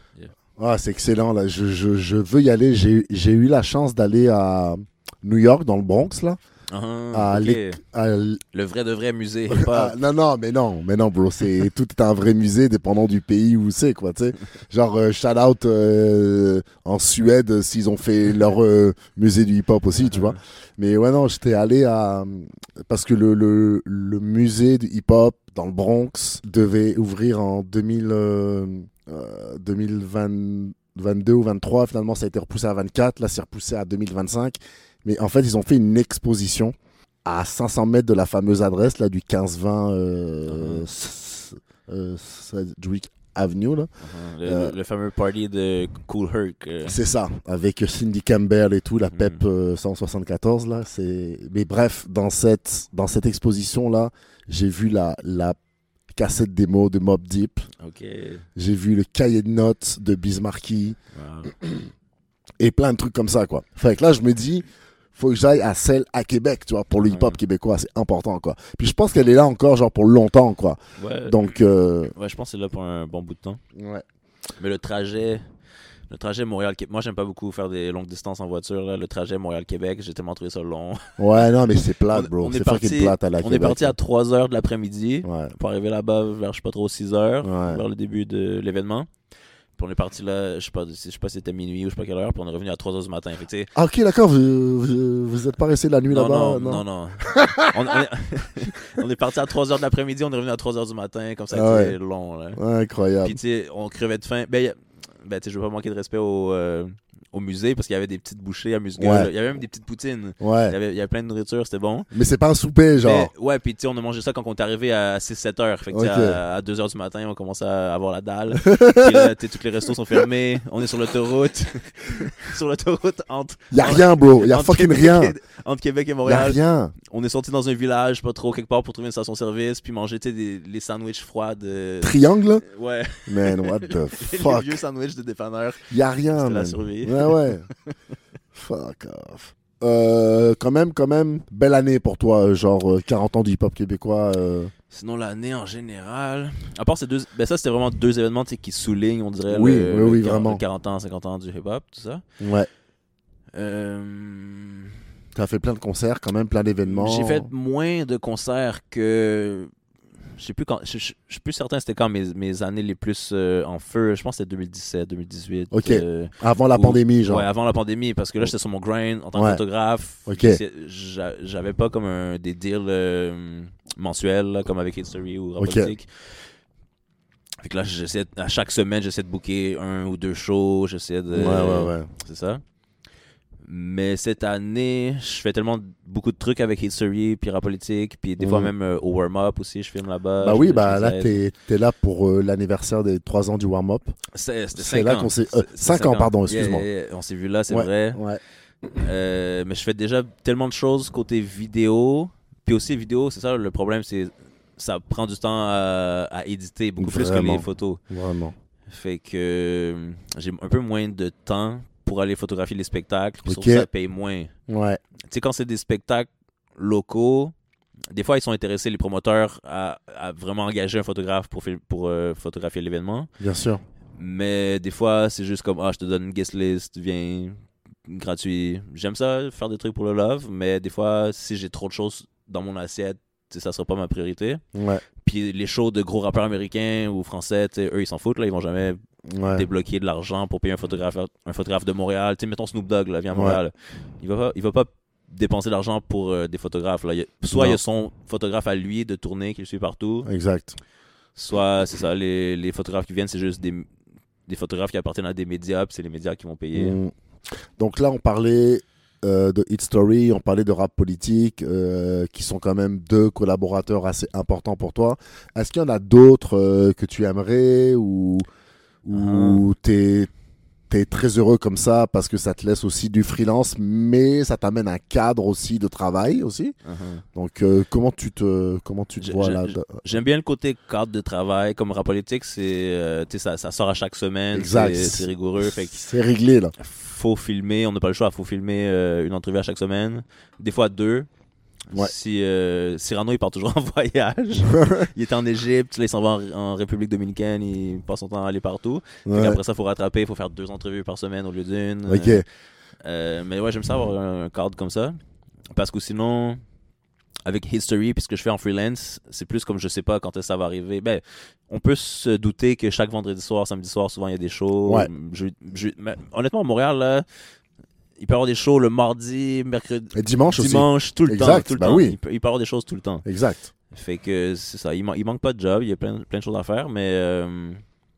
Ah, c'est excellent, là. Je, je, je veux y aller. J'ai j'ai eu la chance d'aller à New York, dans le Bronx, là. Ah, À ok. l'éc- à l- Le vrai de vrai musée. Ah, Pas... non, non, mais non, mais non, bro. C'est tout est un vrai musée, dépendant du pays où c'est, quoi, tu sais. Genre, euh, shout out euh, en Suède, euh, s'ils ont fait leur euh, musée du hip-hop aussi, tu vois. Mais ouais, non, j'étais allé à. Parce que le, le, le musée du hip-hop dans le Bronx devait ouvrir en deux mille, euh, euh, deux mille vingt, vingt-deux ou vingt-trois. Finalement, ça a été repoussé à vingt-quatre. Là, c'est repoussé à deux mille vingt-cinq. Mais en fait, ils ont fait une exposition à cinq cents mètres de la fameuse adresse là, du quinze vingt euh, s- euh, Sedgwick Avenue. Là. Uh-huh. Le, Euh, le- le fameux party de Cool Herc. euh. C'est ça, avec Cindy Campbell et tout, la P E P Mm. euh, cent soixante-quatorze. Là, c'est... Mais bref, dans cette, dans cette exposition-là, j'ai vu la, la cassette démo de Mobb Deep. Ok. J'ai vu le cahier de notes de Bismarcky Wow. et plein de trucs comme ça, quoi. Fait que là, je me dis, faut que j'aille à celle à Québec, tu vois, pour le hip-hop Ouais. québécois, c'est important, quoi. Puis je pense qu'elle est là encore, genre, pour longtemps, quoi. Ouais. Donc, euh, Ouais, je pense que c'est là pour un bon bout de temps. ouais. Mais le trajet, le trajet Montréal-Québec, moi j'aime pas beaucoup faire des longues distances en voiture. Là. Le trajet Montréal-Québec, j'ai tellement trouvé ça long. Ouais, non, mais c'est plate, On- bro. on est C'est parti- fucking plate à la On Québec. est parti à trois heures de l'après-midi Ouais. pour arriver là-bas vers, je sais pas trop, six heures, Ouais. vers le début de l'événement. Puis on est parti là, je sais pas, je sais pas si c'était minuit ou je sais pas quelle heure, puis on est revenu à trois heures du matin. Fait que, tu sais, Ah, ok, d'accord, vous, vous, vous êtes pas resté la nuit non, là-bas? non, non, non. on, on est, on est parti à trois heures de l'après-midi, on est revenu à trois heures du matin, comme ça a Ah été long. Là. Ouais, incroyable. Puis tu sais, on crevait de faim. Ben, y a- ben tu sais, je veux pas manquer de respect au, euh, au musée parce qu'il y avait des petites bouchées à Musgueule. Ouais. Il y avait même des petites poutines. Il y Ouais, avait, il y avait plein de nourriture, c'était bon. mais c'est pas un souper, genre. Mais, ouais, puis tu sais, on a mangé ça quand on est arrivé à six sept heures. Fait que tu sais, Ok. à, à deux heures du matin, on commence à avoir la dalle. Puis là, tu sais, tous les restos sont fermés. On est sur l'autoroute. sur l'autoroute entre, Y'a rien, bro. Y'a entre fucking Québec rien. et- entre Québec et Y'a Montréal. rien. On est sorti dans un village, pas trop, quelque part pour trouver une station-service, puis manger, tu sais, des, les sandwichs froids de... Triangle? Ouais, Man, what the les fuck? vieux sandwichs de dépanneur. Y'a rien, C'était la man. survie. Ouais, ouais. Fuck off. Euh, quand même, quand même, belle année pour toi, genre euh, quarante ans du hip-hop québécois. euh. Sinon, l'année en général. À part ces deux. Ben, ça, c'était vraiment deux événements tu sais, qui soulignent, on dirait. Oui, le, oui, le oui, quarante vraiment. quarante ans, cinquante ans du hip-hop, tout ça. Ouais. Euh, T'as fait plein de concerts, quand même, plein d'événements. J'ai fait moins de concerts que. Je sais plus quand. Je je- je suis plus certain c'était quand mes, mes années les plus euh, en feu. Je pense que c'était deux mille dix-sept, deux mille dix-huit. Ok. euh, Avant la ou- pandémie, genre. Ouais, avant la pandémie, parce que là, j'étais sur mon grind en tant Ouais. que photographe. Ok. J'essayais- j'a- J'avais pas comme un, des deals euh, mensuels, là, comme avec History ou Ok. Robotique. Fait que là, j'essaie, à chaque semaine, j'essaie de booker un ou deux shows. J'essaie de. Ouais, ouais, ouais. C'est ça. Mais cette année, je fais tellement beaucoup de trucs avec History, puis Rapolitique, puis des fois Mhm. même euh, au warm-up aussi, je filme là-bas. Bah je- oui, je bah les là, aide. t'es t'es là pour euh, l'anniversaire des trois ans du warm-up. C'est c'était C'est cinq là ans. qu'on s'est- euh, C'est- c'est cinq ans, pardon, Yeah, excuse-moi. yeah, yeah. On s'est vu là, c'est Ouais, vrai. Ouais. Euh, mais je fais déjà tellement de choses côté vidéo. Puis aussi, vidéo, c'est ça le problème, c'est ça prend du temps à, à éditer, beaucoup plus que Vraiment. les photos. Vraiment. Fait que euh, j'ai un peu moins de temps pour aller photographier les spectacles. Puis Ok. surtout, ça paye moins. Ouais. Tu sais, quand c'est des spectacles locaux, des fois, ils sont intéressés, les promoteurs, à, à vraiment engager un photographe pour, fil- pour euh, photographier l'événement. Bien sûr. Mais des fois, c'est juste comme, ah, je te donne une guest list, viens, gratuit. J'aime ça, faire des trucs pour le love, mais des fois, si j'ai trop de choses dans mon assiette, sais, ça sera pas ma priorité. Ouais. Puis les shows de gros rappeurs américains ou français, tu sais, eux, ils s'en foutent, là, ils vont jamais Ouais. débloquer de l'argent pour payer un photographe, un photographe de Montréal. Tu sais, mettons Snoop Dogg, là, vient à Montréal. Ouais. Il va pas, il va pas dépenser de l'argent pour euh, des photographes. Là. Il y a, soit non. il y a son photographe à lui de tournée qui le suit partout. Exact. Soit, c'est ça, les, les photographes qui viennent, c'est juste des, des photographes qui appartiennent à des médias, puis c'est les médias qui vont payer. Mmh. Donc là, on parlait euh, de Hit Story, on parlait de Rap Politique, euh, qui sont quand même deux collaborateurs assez importants pour toi. Est-ce qu'il y en a d'autres euh, que tu aimerais ou, ou uh-huh. t'es... T'es très heureux comme ça parce que ça te laisse aussi du freelance, mais ça t'amène un cadre aussi de travail aussi. Uh-huh. Donc euh, comment tu te comment tu te J'ai, vois là de... J'aime bien le côté cadre de travail. Comme Rap Politique, c'est euh, ça, ça sort à chaque semaine. Exact. C'est, c'est rigoureux. Fait que c'est réglé là. Faut filmer. On n'a pas le choix. Faut filmer euh, une entrevue à chaque semaine. Des fois deux. Ouais. Si euh, Cyrano il part toujours en voyage, il est en Égypte, là, il s'en va en, en République dominicaine, il passe son temps à aller partout. Ouais. Après ça, il faut rattraper, il faut faire deux entrevues par semaine au lieu d'une. Ok. Euh, euh, mais ouais, j'aime ça avoir un, un cadre comme ça. Parce que sinon, avec History, puis ce que je fais en freelance, c'est plus comme je sais pas quand ça va arriver. Ben, on peut se douter que chaque vendredi soir, samedi soir, souvent il y a des shows. Ouais. Je, je, mais, honnêtement, à Montréal, là. Il peut y avoir des shows le mardi, mercredi, et dimanche, dimanche aussi. tout le exact. temps. Tout le bah temps. Oui. Il, peut, il peut y avoir des choses tout le temps. Exact. Fait que c'est ça. Il, man- il manque pas de job. Il y a plein, plein de choses à faire. Mais euh,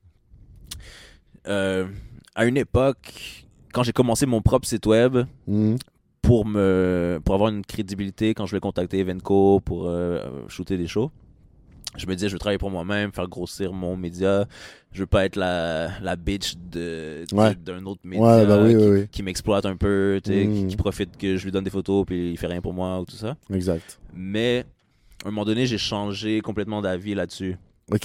euh, à une époque, quand j'ai commencé mon propre site web, mmh. pour, me, pour avoir une crédibilité, quand je vais contacter Evenco pour euh, shooter des shows, je me disais, je veux travailler pour moi-même, faire grossir mon média. Je veux pas être la, la bitch de, de, ouais. d'un autre média ouais, bah oui, qui, oui, oui. qui m'exploite un peu, mmh. qui, qui profite que je lui donne des photos puis il fait rien pour moi ou tout ça. Exact. Mais à un moment donné, j'ai changé complètement d'avis là-dessus. Ok.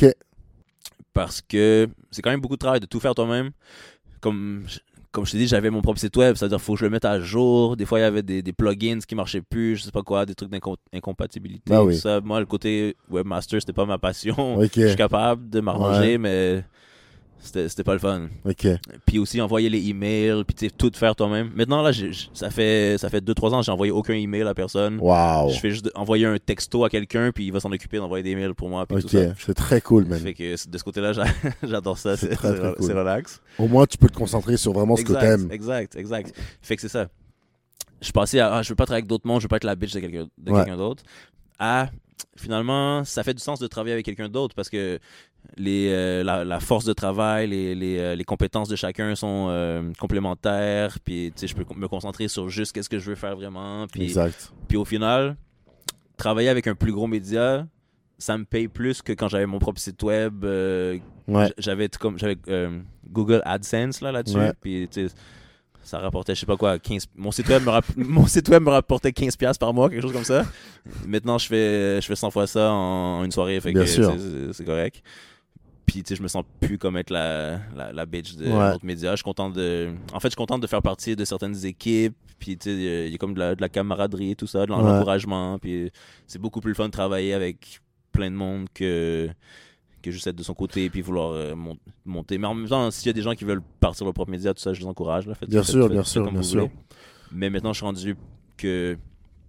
Parce que c'est quand même beaucoup de travail de tout faire toi-même. Comme... Comme je t'ai dit, j'avais mon propre site web, c'est-à-dire qu'il faut que je le mette à jour. Des fois, il y avait des, des plugins qui marchaient plus, je sais pas quoi, des trucs d'incompatibilité. Ah oui. Tout ça. Moi, le côté webmaster, c'était pas ma passion. Okay. Je suis capable de m'arranger, ouais. mais c'était, c'était pas le fun. Okay. Puis aussi, envoyer les emails, puis tout faire toi-même. Maintenant, là, j'ai, ça fait ça fait deux trois ans que j'ai envoyé aucun email à personne. Wow. Je fais juste envoyer un texto à quelqu'un, puis il va s'en occuper d'envoyer des mails pour moi. Puis ok, tout ça. C'est très cool, man. Fait que de ce côté-là, j'adore ça. C'est, c'est, très, c'est, très cool. c'est relax. Au moins, tu peux te concentrer sur vraiment ce exact, que t'aimes. Exact, exact. Fait que c'est ça. Je passais à ah, je veux pas travailler avec d'autres mondes, je veux pas être la bitch de quelqu'un, de ouais. quelqu'un d'autre. À finalement, ça fait du sens de travailler avec quelqu'un d'autre parce que les, euh, la, la force de travail, les, les, euh, les compétences de chacun sont euh, complémentaires. Puis je peux me concentrer sur juste qu'est-ce que je veux faire vraiment. Puis, exact. Puis au final, travailler avec un plus gros média, ça me paye plus que quand j'avais mon propre site web. Euh, ouais. J'avais, comme, j'avais euh, Google AdSense là, là-dessus. Ouais. Puis ça rapportait, je sais pas quoi, quinze mon site web me, rapp... mon site web me rapportait quinze dollars par mois, quelque chose comme ça. Maintenant, je fais, je fais cent fois ça en une soirée. Fait Bien que sûr. C'est, c'est correct. Puis, tu sais, je me sens plus comme être la, la, la bitch de ouais. notre média. Je suis content de... En fait, je suis content de faire partie de certaines équipes. Puis, tu sais, il y a comme de la, de la camaraderie et tout ça, de l'encouragement. Ouais. Puis, c'est beaucoup plus le fun de travailler avec plein de monde que... que juste être de son côté et puis vouloir euh, mon- monter. Mais en même temps, s'il y a des gens qui veulent partir leur propre média, tout ça, je les encourage. Là. Faites, bien faites, sûr, faites, bien faites sûr, comme bien vous sûr. voulez. Mais maintenant, je suis rendu que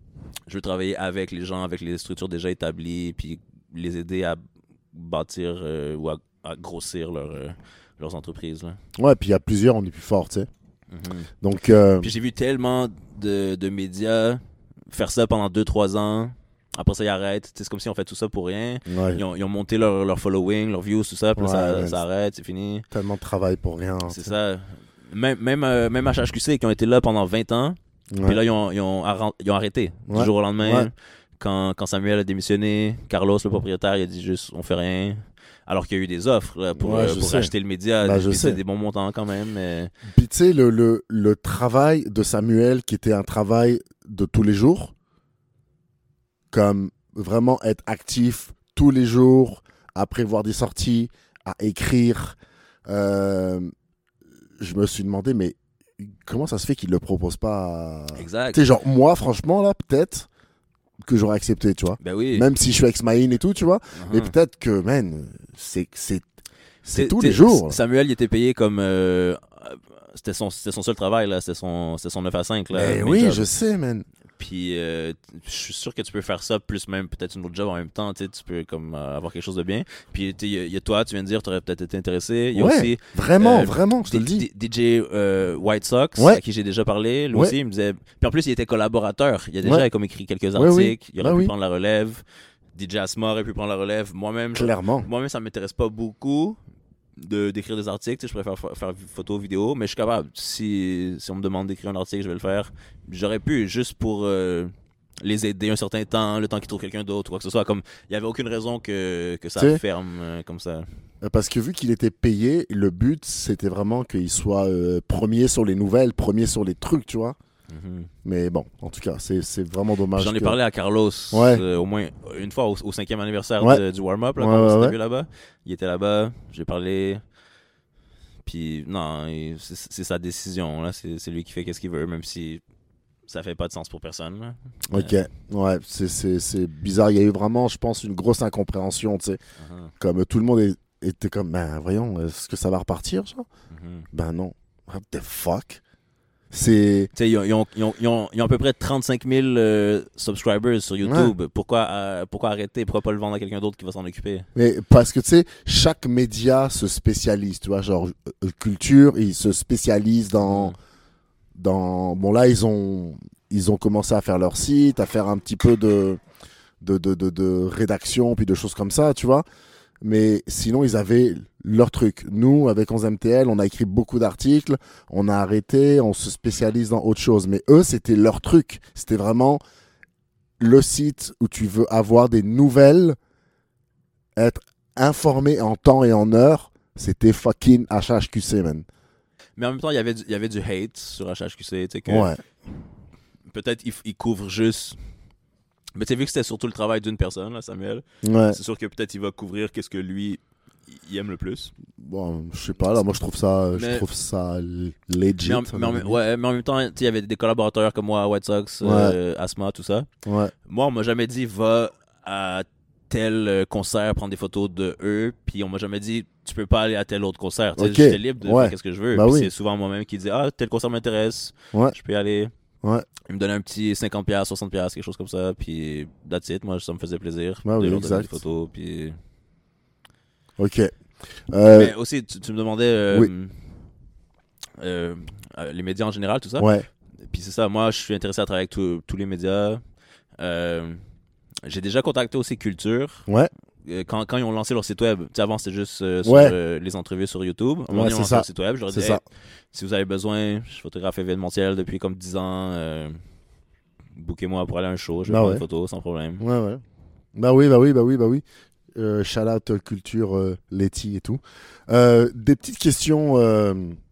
je veux travailler avec les gens, avec les structures déjà établies, puis les aider à bâtir euh, ou à, à grossir leur, euh, leurs entreprises. Là. Ouais, puis il y a plusieurs, on est plus fort, tu sais. Mm-hmm. Donc, euh... Puis j'ai vu tellement de, de médias faire ça pendant deux trois ans. Après ça, ils arrêtent. C'est comme si on fait tout ça pour rien. Ouais. Ils, ont, ils ont monté leur, leur following, leurs views, tout ça. Puis ouais, là, ça, ouais, ça arrête, c'est fini. Tellement de travail pour rien. C'est ça. Même, même, euh, même H H Q C qui ont été là pendant vingt ans. Ouais. Puis là, ils ont, ils ont, arra- ils ont arrêté ouais. du jour au lendemain. Ouais. Quand, quand Samuel a démissionné, Carlos, le propriétaire, il a dit juste on fait rien. Alors qu'il y a eu des offres là, pour, ouais, euh, pour acheter le média. Bah, je c'est des bons montants quand même. Mais... Puis tu sais, le, le, le travail de Samuel qui était un travail de tous les jours, comme vraiment être actif tous les jours, à prévoir des sorties, à écrire. Euh, je me suis demandé, mais comment ça se fait qu'il ne le propose pas à... Exact. Tu sais, genre, moi, franchement, là, peut-être que j'aurais accepté, tu vois. Ben oui. Même si je suis avec Smaïn et tout, tu vois. Uh-huh. Mais peut-être que, man, c'est, c'est, c'est t'es, tous t'es, les jours. Samuel, il était payé comme... Euh, c'était, son, c'était son seul travail, là. C'était son, c'était son neuf à cinq, là. Mais oui, job. Je sais, man. Puis euh, je suis sûr que tu peux faire ça, plus même peut-être une autre job en même temps. Tu peux comme euh, avoir quelque chose de bien. Puis il y, y a toi, tu viens de dire, tu aurais peut-être été intéressé. Il y a ouais, aussi. Vraiment, euh, vraiment, je te D- le dis. D- D J euh, White Sox, Ouais. à qui j'ai déjà parlé. Lui Ouais. aussi, il me disait. Puis en plus, il était collaborateur. Il a déjà Ouais. comme écrit quelques Ouais, oui. articles. Il aurait Bah pu oui. prendre la relève. D J Asma aurait pu prendre la relève. Moi-même, je- Clairement. moi-même ça m'intéresse pas beaucoup de, d'écrire des articles. Tu sais, je préfère fa- faire photo, vidéo. Mais je suis capable. Si, si on me demande d'écrire un article, je vais le faire. J'aurais pu, juste pour euh, les aider un certain temps, le temps qu'ils trouvent quelqu'un d'autre ou quoi que ce soit. Comme, il n'y avait aucune raison que, que ça Tu sais, ferme euh, comme ça. Euh, Parce que vu qu'il était payé, le but, c'était vraiment qu'il soit euh, premier sur les nouvelles, premier sur les trucs, tu vois. Mhm. Mais bon, en tout cas, c'est c'est vraiment dommage. J'en ai que- parlé à Carlos Ouais. euh, au moins une fois au, au cinquième anniversaire Ouais. de- du warm-up, là, Ouais, quand on ouais, s'était ouais. vu là-bas. Il était là-bas, j'ai parlé. Puis non, il- c'est c'est sa décision, là. C'est c'est lui qui fait qu'est-ce qu'il veut, même si ça fait pas de sens pour personne. Là. Ok, ouais, c'est- c'est c'est bizarre. Il y a eu vraiment, je pense, une grosse incompréhension, tu sais. Uh-huh. Comme tout le monde est- était comme, ben voyons, est-ce que ça va repartir, genre? Mhm. Ben non. What the fuck? C'est... Tu sais, ils ont, ils, ont, ils, ont, ils, ont, ils ont à peu près trente-cinq mille euh, subscribers sur YouTube. Pourquoi, euh, pourquoi arrêter? Pourquoi pas le vendre à quelqu'un d'autre qui va s'en occuper? Mais parce que, tu sais, chaque média se spécialise, tu vois, genre, euh, culture, ils se spécialisent dans... Mhm. dans... Bon, là, ils ont, ils ont commencé à faire leur site, à faire un petit peu de, de, de, de, de rédaction, puis de choses comme ça, tu vois. Mais sinon, ils avaient leur truc. Nous, avec onze M T L, on a écrit beaucoup d'articles, on a arrêté, on se spécialise dans autre chose. Mais eux, c'était leur truc. C'était vraiment le site où tu veux avoir des nouvelles, être informé en temps et en heure. C'était fucking H H Q C, man. Mais en même temps, il y avait du, il y avait du hate sur H H Q C. Tu sais, que Ouais. peut-être ils il couvrent juste. Mais tu sais, vu que c'était surtout le travail d'une personne, là, Samuel, Ouais. c'est sûr que peut-être il va couvrir qu'est-ce que lui il aime le plus. Bon, je sais pas, là, moi, je trouve ça, je Mais- trouve ça legit. Mais en, mais en- ouais, mais en même temps, tu sais, il y avait des collaborateurs comme moi à White Sox, euh, Asma, tout ça. Ouais. Moi, on m'a jamais dit va à tel euh, concert prendre des photos de eux, puis on m'a jamais dit tu peux pas aller à tel autre concert. Tu sais, Ok. j'étais libre de Ouais. faire ce que je veux. Bah Puis oui. c'est souvent moi-même qui dis ah tel concert m'intéresse, Ouais. je peux y aller. Ouais. Ils me donnaient un petit cinquante piastres, soixante piastres, quelque chose comme ça, puis that's it. Moi, ça me faisait plaisir Bah de oui, leur donner exact. des photos, puis. Ok. Euh, Mais aussi, tu, tu me demandais euh, Oui. euh, euh, les médias en général, tout ça. ouais. Puis c'est ça, moi je suis intéressé à travailler avec tous- tous les médias. Euh, j'ai déjà contacté aussi Culture. Ouais. Euh, Quand, quand ils ont lancé leur site web, tu sais, avant c'était juste euh, sur Ouais. euh, les entrevues sur YouTube. À un moment Ouais, donné, ils ont c'est lancé ça. leur site web, je leur ai C'est dit ça. hey, si vous avez besoin, je photographe événementiel depuis comme dix ans. Euh, Bookez-moi pour aller à un show, je vais Bah prendre ouais. une photo sans problème. Ouais, ouais. Bah oui, bah oui, bah oui, bah oui. Euh, shout out euh, culture, euh, Letty et tout. Euh, des petites questions, euh,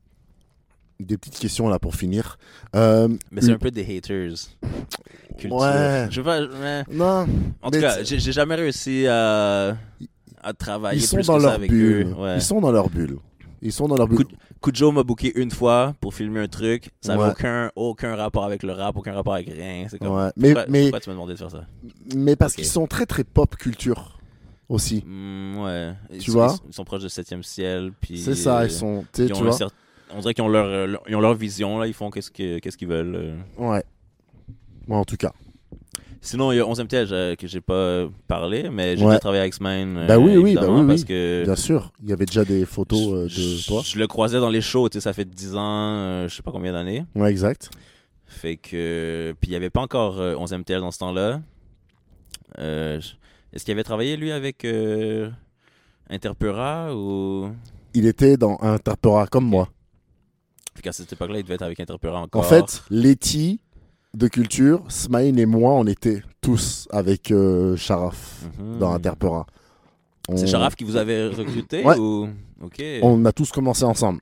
des petites questions là pour finir. Euh, Mais c'est une- un peu des haters. Culture. Ouais. Je veux pas. mais- Non. En tout mais cas, t- j'ai j'ai jamais réussi à, à travailler ils sont plus dans que ça leur avec bulle. eux. Ouais. Ils sont dans leur bulle. Ils sont dans leur bulle. Coup- Kujo m'a booké une fois pour filmer un truc. Ça avait Ouais. aucun, aucun rapport avec le rap, aucun rapport avec rien. C'est comme. Ouais. Mais, pourquoi, mais, pourquoi tu m'as demandé de faire ça? mais parce Ok. qu'ils sont très très pop culture aussi. Hmm, ouais. Ils Tu sont, vois? Ils, ils sont proches de septième ciel. Puis, C'est ça, euh, ils sont. Tu sais, ils ont tu un vois. cer- On dirait qu'ils ont leur, euh, leur- ils ont leur vision. Là. Ils font qu'est-ce que- qu'est-ce qu'ils veulent. euh. Ouais. Moi, en tout cas. Sinon, il y a onzième T L euh, que j'ai pas euh, parlé, mais j'ai Ouais. déjà travaillé avec Smine. euh, Bah oui, oui, bah évidemment, oui, parce oui. que. Bien sûr. Il y avait déjà des photos euh, je, de toi. je le croisais dans les shows, tu sais, ça fait dix ans, euh, je sais pas combien d'années. Ouais, exact. Fait que. Puis il y avait pas encore euh, onzième T L dans ce temps-là. Euh, je- Est-ce qu'il avait travaillé, lui, avec euh, Interpura ou. Il était dans Interpora comme moi. Fait qu'à cette époque-là, il devait être avec Interpura encore. En fait, Letty de culture, Smaïn et moi, on était tous avec euh, Sharaf Mhm. dans Interpora. On- C'est Sharaf qui vous avait recruté Ouais. ou. Ok. On a tous commencé ensemble.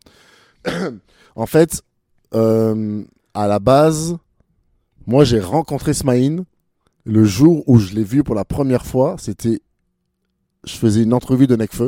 En fait, euh, à la base, moi j'ai rencontré Smaïn le jour où je l'ai vu pour la première fois. C'était, je faisais une entrevue de Necfeu.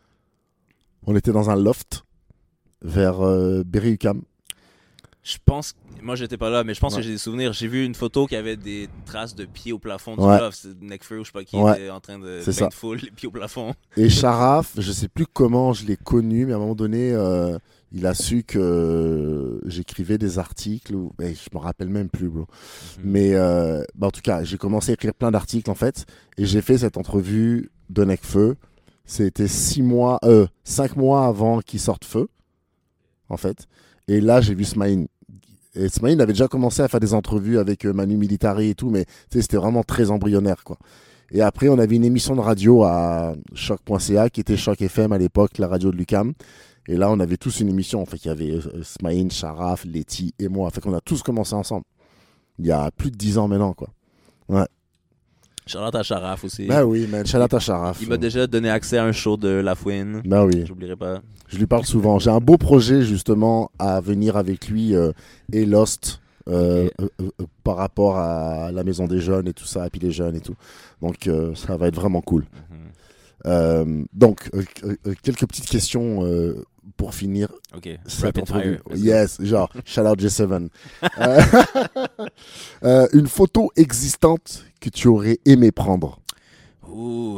On était dans un loft vers euh, Berry-UQAM. Je pense. Moi, j'étais pas là, mais je pense Ouais. que j'ai des souvenirs. J'ai vu une photo qui avait des traces de pieds au plafond du Ouais. loft. C'est Necfeu, je sais pas qui, Ouais. était en train de C'est paint ça. full les pieds au plafond. Et Sharaf, je sais plus comment je l'ai connu, mais à un moment donné, euh, il a su que j'écrivais des articles, ou, hey, je me rappelle même plus, bro. Mm-hmm. Mais euh, bah, en tout cas, j'ai commencé à écrire plein d'articles en fait, et j'ai fait cette entrevue de Necfeu. C'était six mois, euh, cinq mois avant qu'il sorte Feu, en fait. Et là, j'ai vu Smaïn. Et Smaïn avait déjà commencé à faire des entrevues avec euh, Manu Militari et tout, mais c'était vraiment très embryonnaire, quoi. Et après, on avait une émission de radio à choc point c a qui était Choc F M à l'époque, la radio de l'U Q A M. Et là, on avait tous une émission. En fait, il y avait euh, Smaïn, Sharaf, Letty et moi. En fait, qu'on a tous commencé ensemble. Il y a plus de dix ans maintenant, quoi. Ouais. Charlotte à Sharaf aussi. Bah oui, man. Shout out à Sharaf. Il m'a déjà donné accès à un show de La Fouine. Bah oui. J'oublierai pas. Je lui parle souvent. J'ai un beau projet, justement, à venir avec lui euh, et Lost. Euh, Okay. euh, euh, par rapport à la maison des jeunes et tout ça, et puis les jeunes et tout. Donc, euh, ça va être vraiment cool. Mm-hmm. Euh, donc, euh, euh, quelques petites questions euh, pour finir. Ok. Cette Rapid entrevue. fire. Let's go. Yes, genre, shout out G sept. euh, euh, une photo existante que tu aurais aimé prendre. Ouh.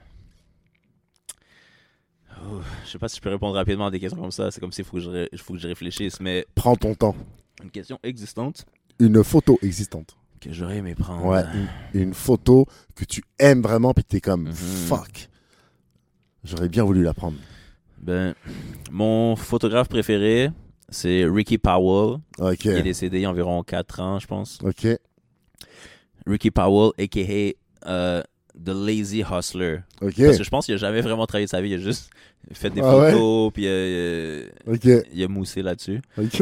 Ouh. Je sais pas si je peux répondre rapidement à des questions comme ça. C'est comme s'il faut que je, ré- faut que je réfléchisse. Mais Prends ton temps. une question existante Une photo existante. que j'aurais aimé prendre. Ouais, une, une photo que tu aimes vraiment, puis t'es comme, Mhm. fuck. J'aurais bien voulu la prendre. Ben, mon photographe préféré, c'est Ricky Powell. Ok, Il est décédé il y a environ quatre ans, je pense. ok, Ricky Powell, a k a. Euh, The Lazy Hustler. ok, Parce que je pense qu'il a jamais vraiment travaillé de sa vie. Il a juste fait des Ah ouais? photos, puis euh, ok, il a moussé là-dessus. ok.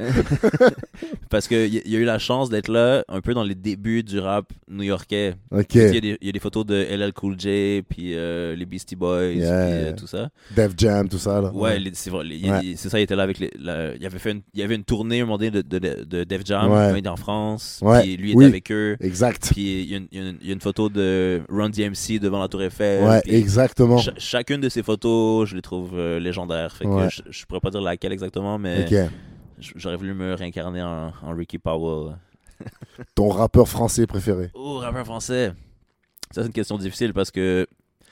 Parce qu'il il a eu la chance d'être là un peu dans les débuts du rap new-yorkais. Ok, Il y, a des, il y a des photos de L L Cool J, puis euh, les Beastie Boys, Yeah. puis euh, tout ça. Def Jam, tout ça, là. Ouais, les- c'est vrai. les- il- Ouais. il- c'est ça, il était là avec les. la- il, avait fait une, il y avait une tournée un moment donné de, de, de, de Def Jam, Ouais. quand il était en France. Ouais, Puis lui était oui. avec eux. Exact. Puis il y, a une, il, y a une, il y a une photo de Run D M C devant la Tour Eiffel. Ouais, puis exactement. cha- chacune de ces photos, je les trouve euh, légendaires. Fait que Ouais. je, je pourrais pas dire laquelle exactement, mais Ok. j- j'aurais voulu me réincarner en, en Ricky Powell. Ton rappeur français préféré. Oh, rappeur français. Ça, c'est une question difficile parce que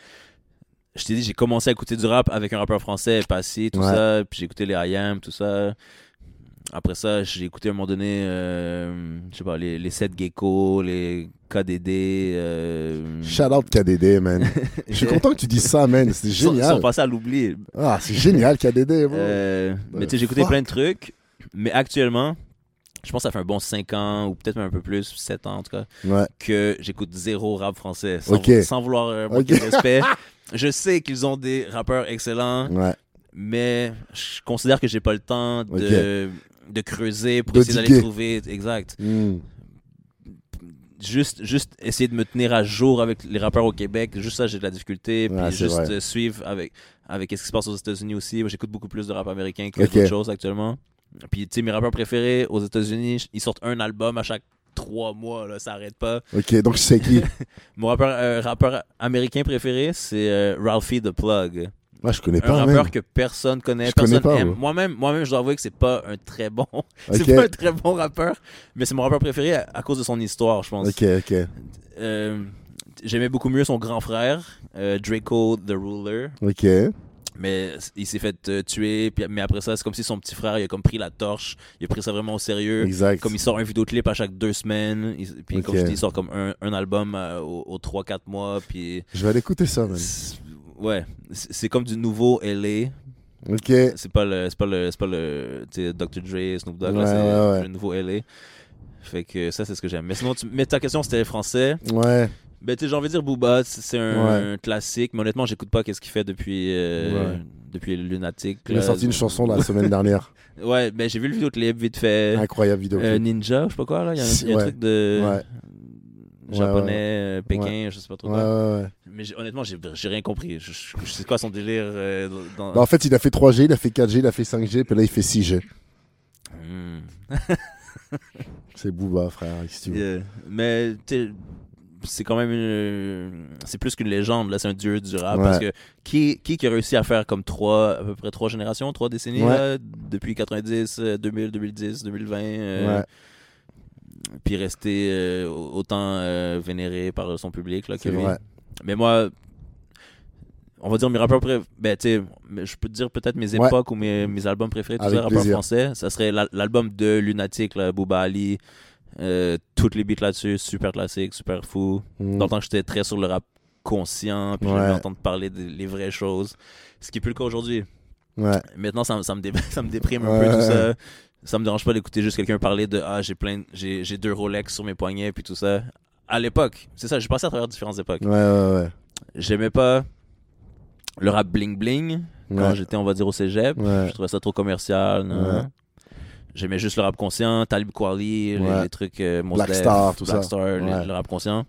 je t'ai dit, j'ai commencé à écouter du rap avec un rappeur français, Passy, tout Ouais. ça. Puis j'ai écouté les I A M, tout ça. Après ça, j'ai écouté à un moment donné, euh, je sais pas, les, les sept Gecko, les K D D. Euh... Shout out K D D, man. Je suis content que tu dises ça, man. C'est Ils sont, ils génial. sont passés à l'oubli. Ah, c'est génial, K D D, bro. Euh, mais tu sais, j'ai écouté plein de trucs. Mais actuellement, je pense que ça fait un bon cinq ans, ou peut-être même un peu plus, sept ans en tout cas, Ouais. que j'écoute zéro rap français. Sans, Ok. sans vouloir euh, manquer Ok. de respect. Je sais qu'ils ont des rappeurs excellents, Ouais. mais je considère que j'ai pas le temps de, de creuser pour De essayer d'aller diguer. trouver. Exact. Hmm. Juste, juste essayer de me tenir à jour avec les rappeurs au Québec, juste ça, j'ai de la difficulté. Ouais, Puis c'est juste vrai. euh, suivre avec, avec ce qui se passe aux États-Unis aussi. Moi, j'écoute beaucoup plus de rap américain que Ok. d'autres choses actuellement. Puis, tu sais, mes rappeurs préférés aux États-Unis, ils sortent un album à chaque trois mois, là, ça arrête pas. Ok, donc c'est qui? Mon rappeur, euh, rappeur américain préféré, c'est euh, Ralphie the Plug. Moi, je connais Un pas, rappeur man. que personne connaît, Je personne connais pas, aime. ouais. Moi-même, moi-même, je dois avouer que c'est pas un très bon, c'est Ok. pas un très bon rappeur, mais c'est mon rappeur préféré à, à cause de son histoire, je pense. Ok, ok. Euh, j'aimais beaucoup mieux son grand frère, euh, Draco the Ruler, Ok. mais il s'est fait euh, tuer. Puis, mais après ça, c'est comme si son petit frère, il a comme pris la torche, il a pris ça vraiment au sérieux. Exact. Comme il sort un vidéoclip à chaque deux semaines, il- puis comme Ok. je dis, il sort comme un, un album euh, aux, aux trois quatre mois, puis Je vais aller écouter ça, man. c'est- ouais, c'est c'est comme du nouveau L A. Ok. C'est pas le, c'est pas le, c'est pas le, tu sais, docteur Dre, Snoop Dogg, là, Ouais, c'est ouais, ouais. le nouveau L A. Fait que ça, c'est ce que j'aime. Mais sinon, tu, mais ta question, c'était français. Ouais. Ben, tu sais, j'ai envie de dire Booba, c'est c'est un Ouais. classique, mais honnêtement, j'écoute pas qu'est-ce qu'il fait depuis, euh, Ouais. depuis Lunatic. Il a là. sorti une chanson la semaine dernière. Ouais, ben, j'ai vu le vidéoclip vite fait. Incroyable vidéo. Euh, Ninja, je sais pas quoi, là. Il y a un, il y a un Ouais. truc de Ouais. japonais, Ouais, euh, Pékin, je sais pas trop Ouais, quoi. ouais, ouais. Mais j'ai- honnêtement, j'ai j'ai rien compris. Je, je, je sais quoi son délire. euh, dans... Bah, en fait, il a fait trois G, il a fait quatre G, il a fait cinq G, puis là, il fait six G. Hmm. C'est Booba, frère. Qu'est-ce que tu veux? Yeah. Mais tu sais, c'est quand même une... c'est plus qu'une légende là, c'est un dieu du rap Ouais. parce que qui, qui qui a réussi à faire comme trois à peu près trois générations, trois décennies Ouais. là, depuis quatre-vingt-dix, euh, deux mille, deux mille dix, deux mille vingt euh, Ouais. puis rester euh, autant euh, vénéré par son public là, que C'est lui. vrai. Mais moi on va dire mes rappeurs préférés. Ben, tu sais, je peux te dire peut-être mes époques ouais. ou mes, mes albums préférés, tout ça, rappeurs français. Ça serait la, l'album de Lunatic, là, Booba Ali. Euh, toutes les beats là-dessus, super classique, super fou. Mm. Dans le temps que j'étais très sur le rap conscient, puis ouais. j'aimais entendre parler des vraies choses. Ce qui est plus le cas aujourd'hui. Ouais. Maintenant, ça, ça, me dé- ça me déprime un ouais. peu tout ça. Ça me dérange pas d'écouter juste quelqu'un parler de ah j'ai plein, j'ai, j'ai deux Rolex sur mes poignets puis tout ça. À l'époque, c'est ça, j'ai passé à travers différentes époques. Ouais, ouais, ouais. J'aimais pas le rap bling bling quand ouais. j'étais, on va dire, au cégep. Ouais. Je trouvais ça trop commercial. Non? Ouais. J'aimais juste le rap conscient, Talib Kweli, ouais. les, les trucs euh, Black Star, tout Black ça. Star, ouais. le, le rap conscient.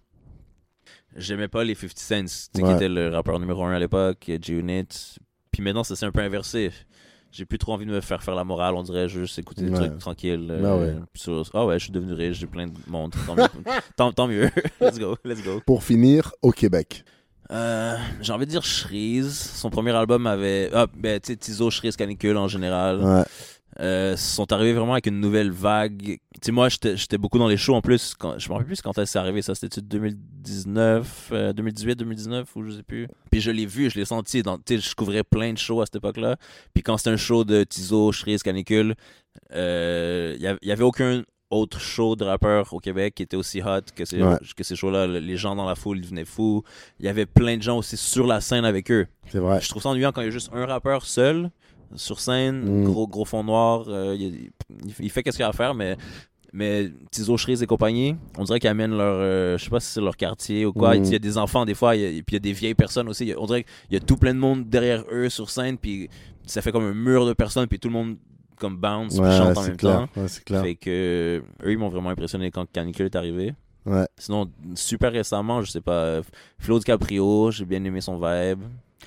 J'aimais pas les fifty Cent, ouais. qui était le rappeur numéro un à l'époque, G-Unit. Puis maintenant, ça s'est un peu inversé. J'ai plus trop envie de me faire faire la morale, on dirait, juste écouter des ouais. trucs tranquilles. Euh, ah ouais. Sur, ah ouais, je suis devenu riche, j'ai plein de monde. Tant mieux. tant, tant mieux. Let's go, let's go. Pour finir, au Québec. Euh, j'ai envie de dire Shreeze. Son premier album avait. Ah, ben, tu sais, Tizo, Shreeze, Canicule en général. Ouais. Euh, sont arrivés vraiment avec une nouvelle vague. Tu sais, moi, j'étais, j'étais beaucoup dans les shows en plus. Quand, je me rappelle plus quand c'est arrivé, ça. C'était deux mille dix-neuf, euh, deux mille dix-huit, deux mille dix-neuf, ou je sais plus. Puis je l'ai vu, je l'ai senti. Tu sais, je couvrais plein de shows à cette époque-là. Puis quand c'était un show de Tizo, Shreeze, Canicule, il euh, y, y avait aucun autre show de rappeur au Québec qui était aussi hot que ces, ouais. que ces shows-là. Les gens dans la foule, ils devenaient fous. Il y avait plein de gens aussi sur la scène avec eux. C'est vrai. Je trouve ça ennuyant quand il y a juste un rappeur seul sur scène, mm. gros, gros fond noir. Euh, il, il, il fait qu'est-ce qu'il a à faire, mais, mais Tizo, Shreeze et compagnie, on dirait qu'ils amènent leur, euh, je sais pas si c'est leur quartier ou quoi. Mm. Il y a des enfants des fois, et puis il y a des vieilles personnes aussi. On dirait qu'il y a tout plein de monde derrière eux sur scène, puis ça fait comme un mur de personnes, puis tout le monde comme bounce, ouais, puis chante en même clair. temps. Ouais, c'est clair. Fait que eux, ils m'ont vraiment impressionné quand Canicule est arrivé. Ouais. Sinon, super récemment, je sais pas, Flo DiCaprio, j'ai bien aimé son vibe.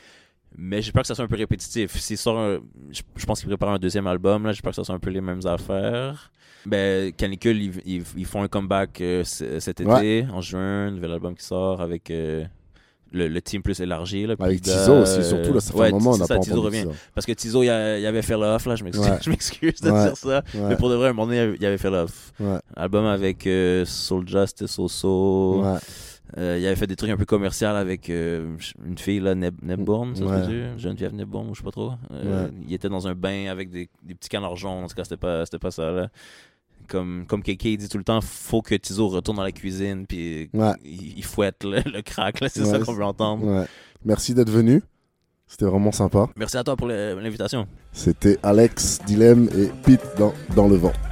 Mais j'ai peur que ça soit un peu répétitif. S'il sort un, je, je pense qu'il prépare un deuxième album, là, j'ai peur que ça soit un peu les mêmes affaires. Ben, Canicule, ils, ils, ils font un comeback euh, cet été, ouais. en juin, un nouvel album qui sort avec euh, le, le team plus élargi. Là, avec Tizo euh, aussi, surtout, là, ça fait ouais, un moment, on n'a ça, pas Tizo entendu revient. ça. Parce que Tizo, il, a, il avait fait l'off, là, je m'excuse, ouais. je m'excuse de ouais. dire ça. Ouais. Mais pour de vrai, à un moment donné, il avait fait l'off. Ouais. Album avec euh, Soul Justice, Oso. Ouais. Euh, il avait fait des trucs un peu commerciaux avec euh, une fille, là, Neb, Nebborn, ça ouais. se dit, Geneviève Nebborn, ou je sais pas trop. Euh, ouais. Il était dans un bain avec des, des petits canards jaunes, en tout cas, c'était pas, c'était pas ça, là. Comme, comme Kéké dit tout le temps, faut que Tizo retourne dans la cuisine, puis ouais. il, il fouette le, le crack, là, c'est ouais, ça qu'on veut entendre. Ouais. Merci d'être venu, c'était vraiment sympa. Merci à toi pour le, l'invitation. C'était Alex, Dilemme et Pete dans, dans le vent.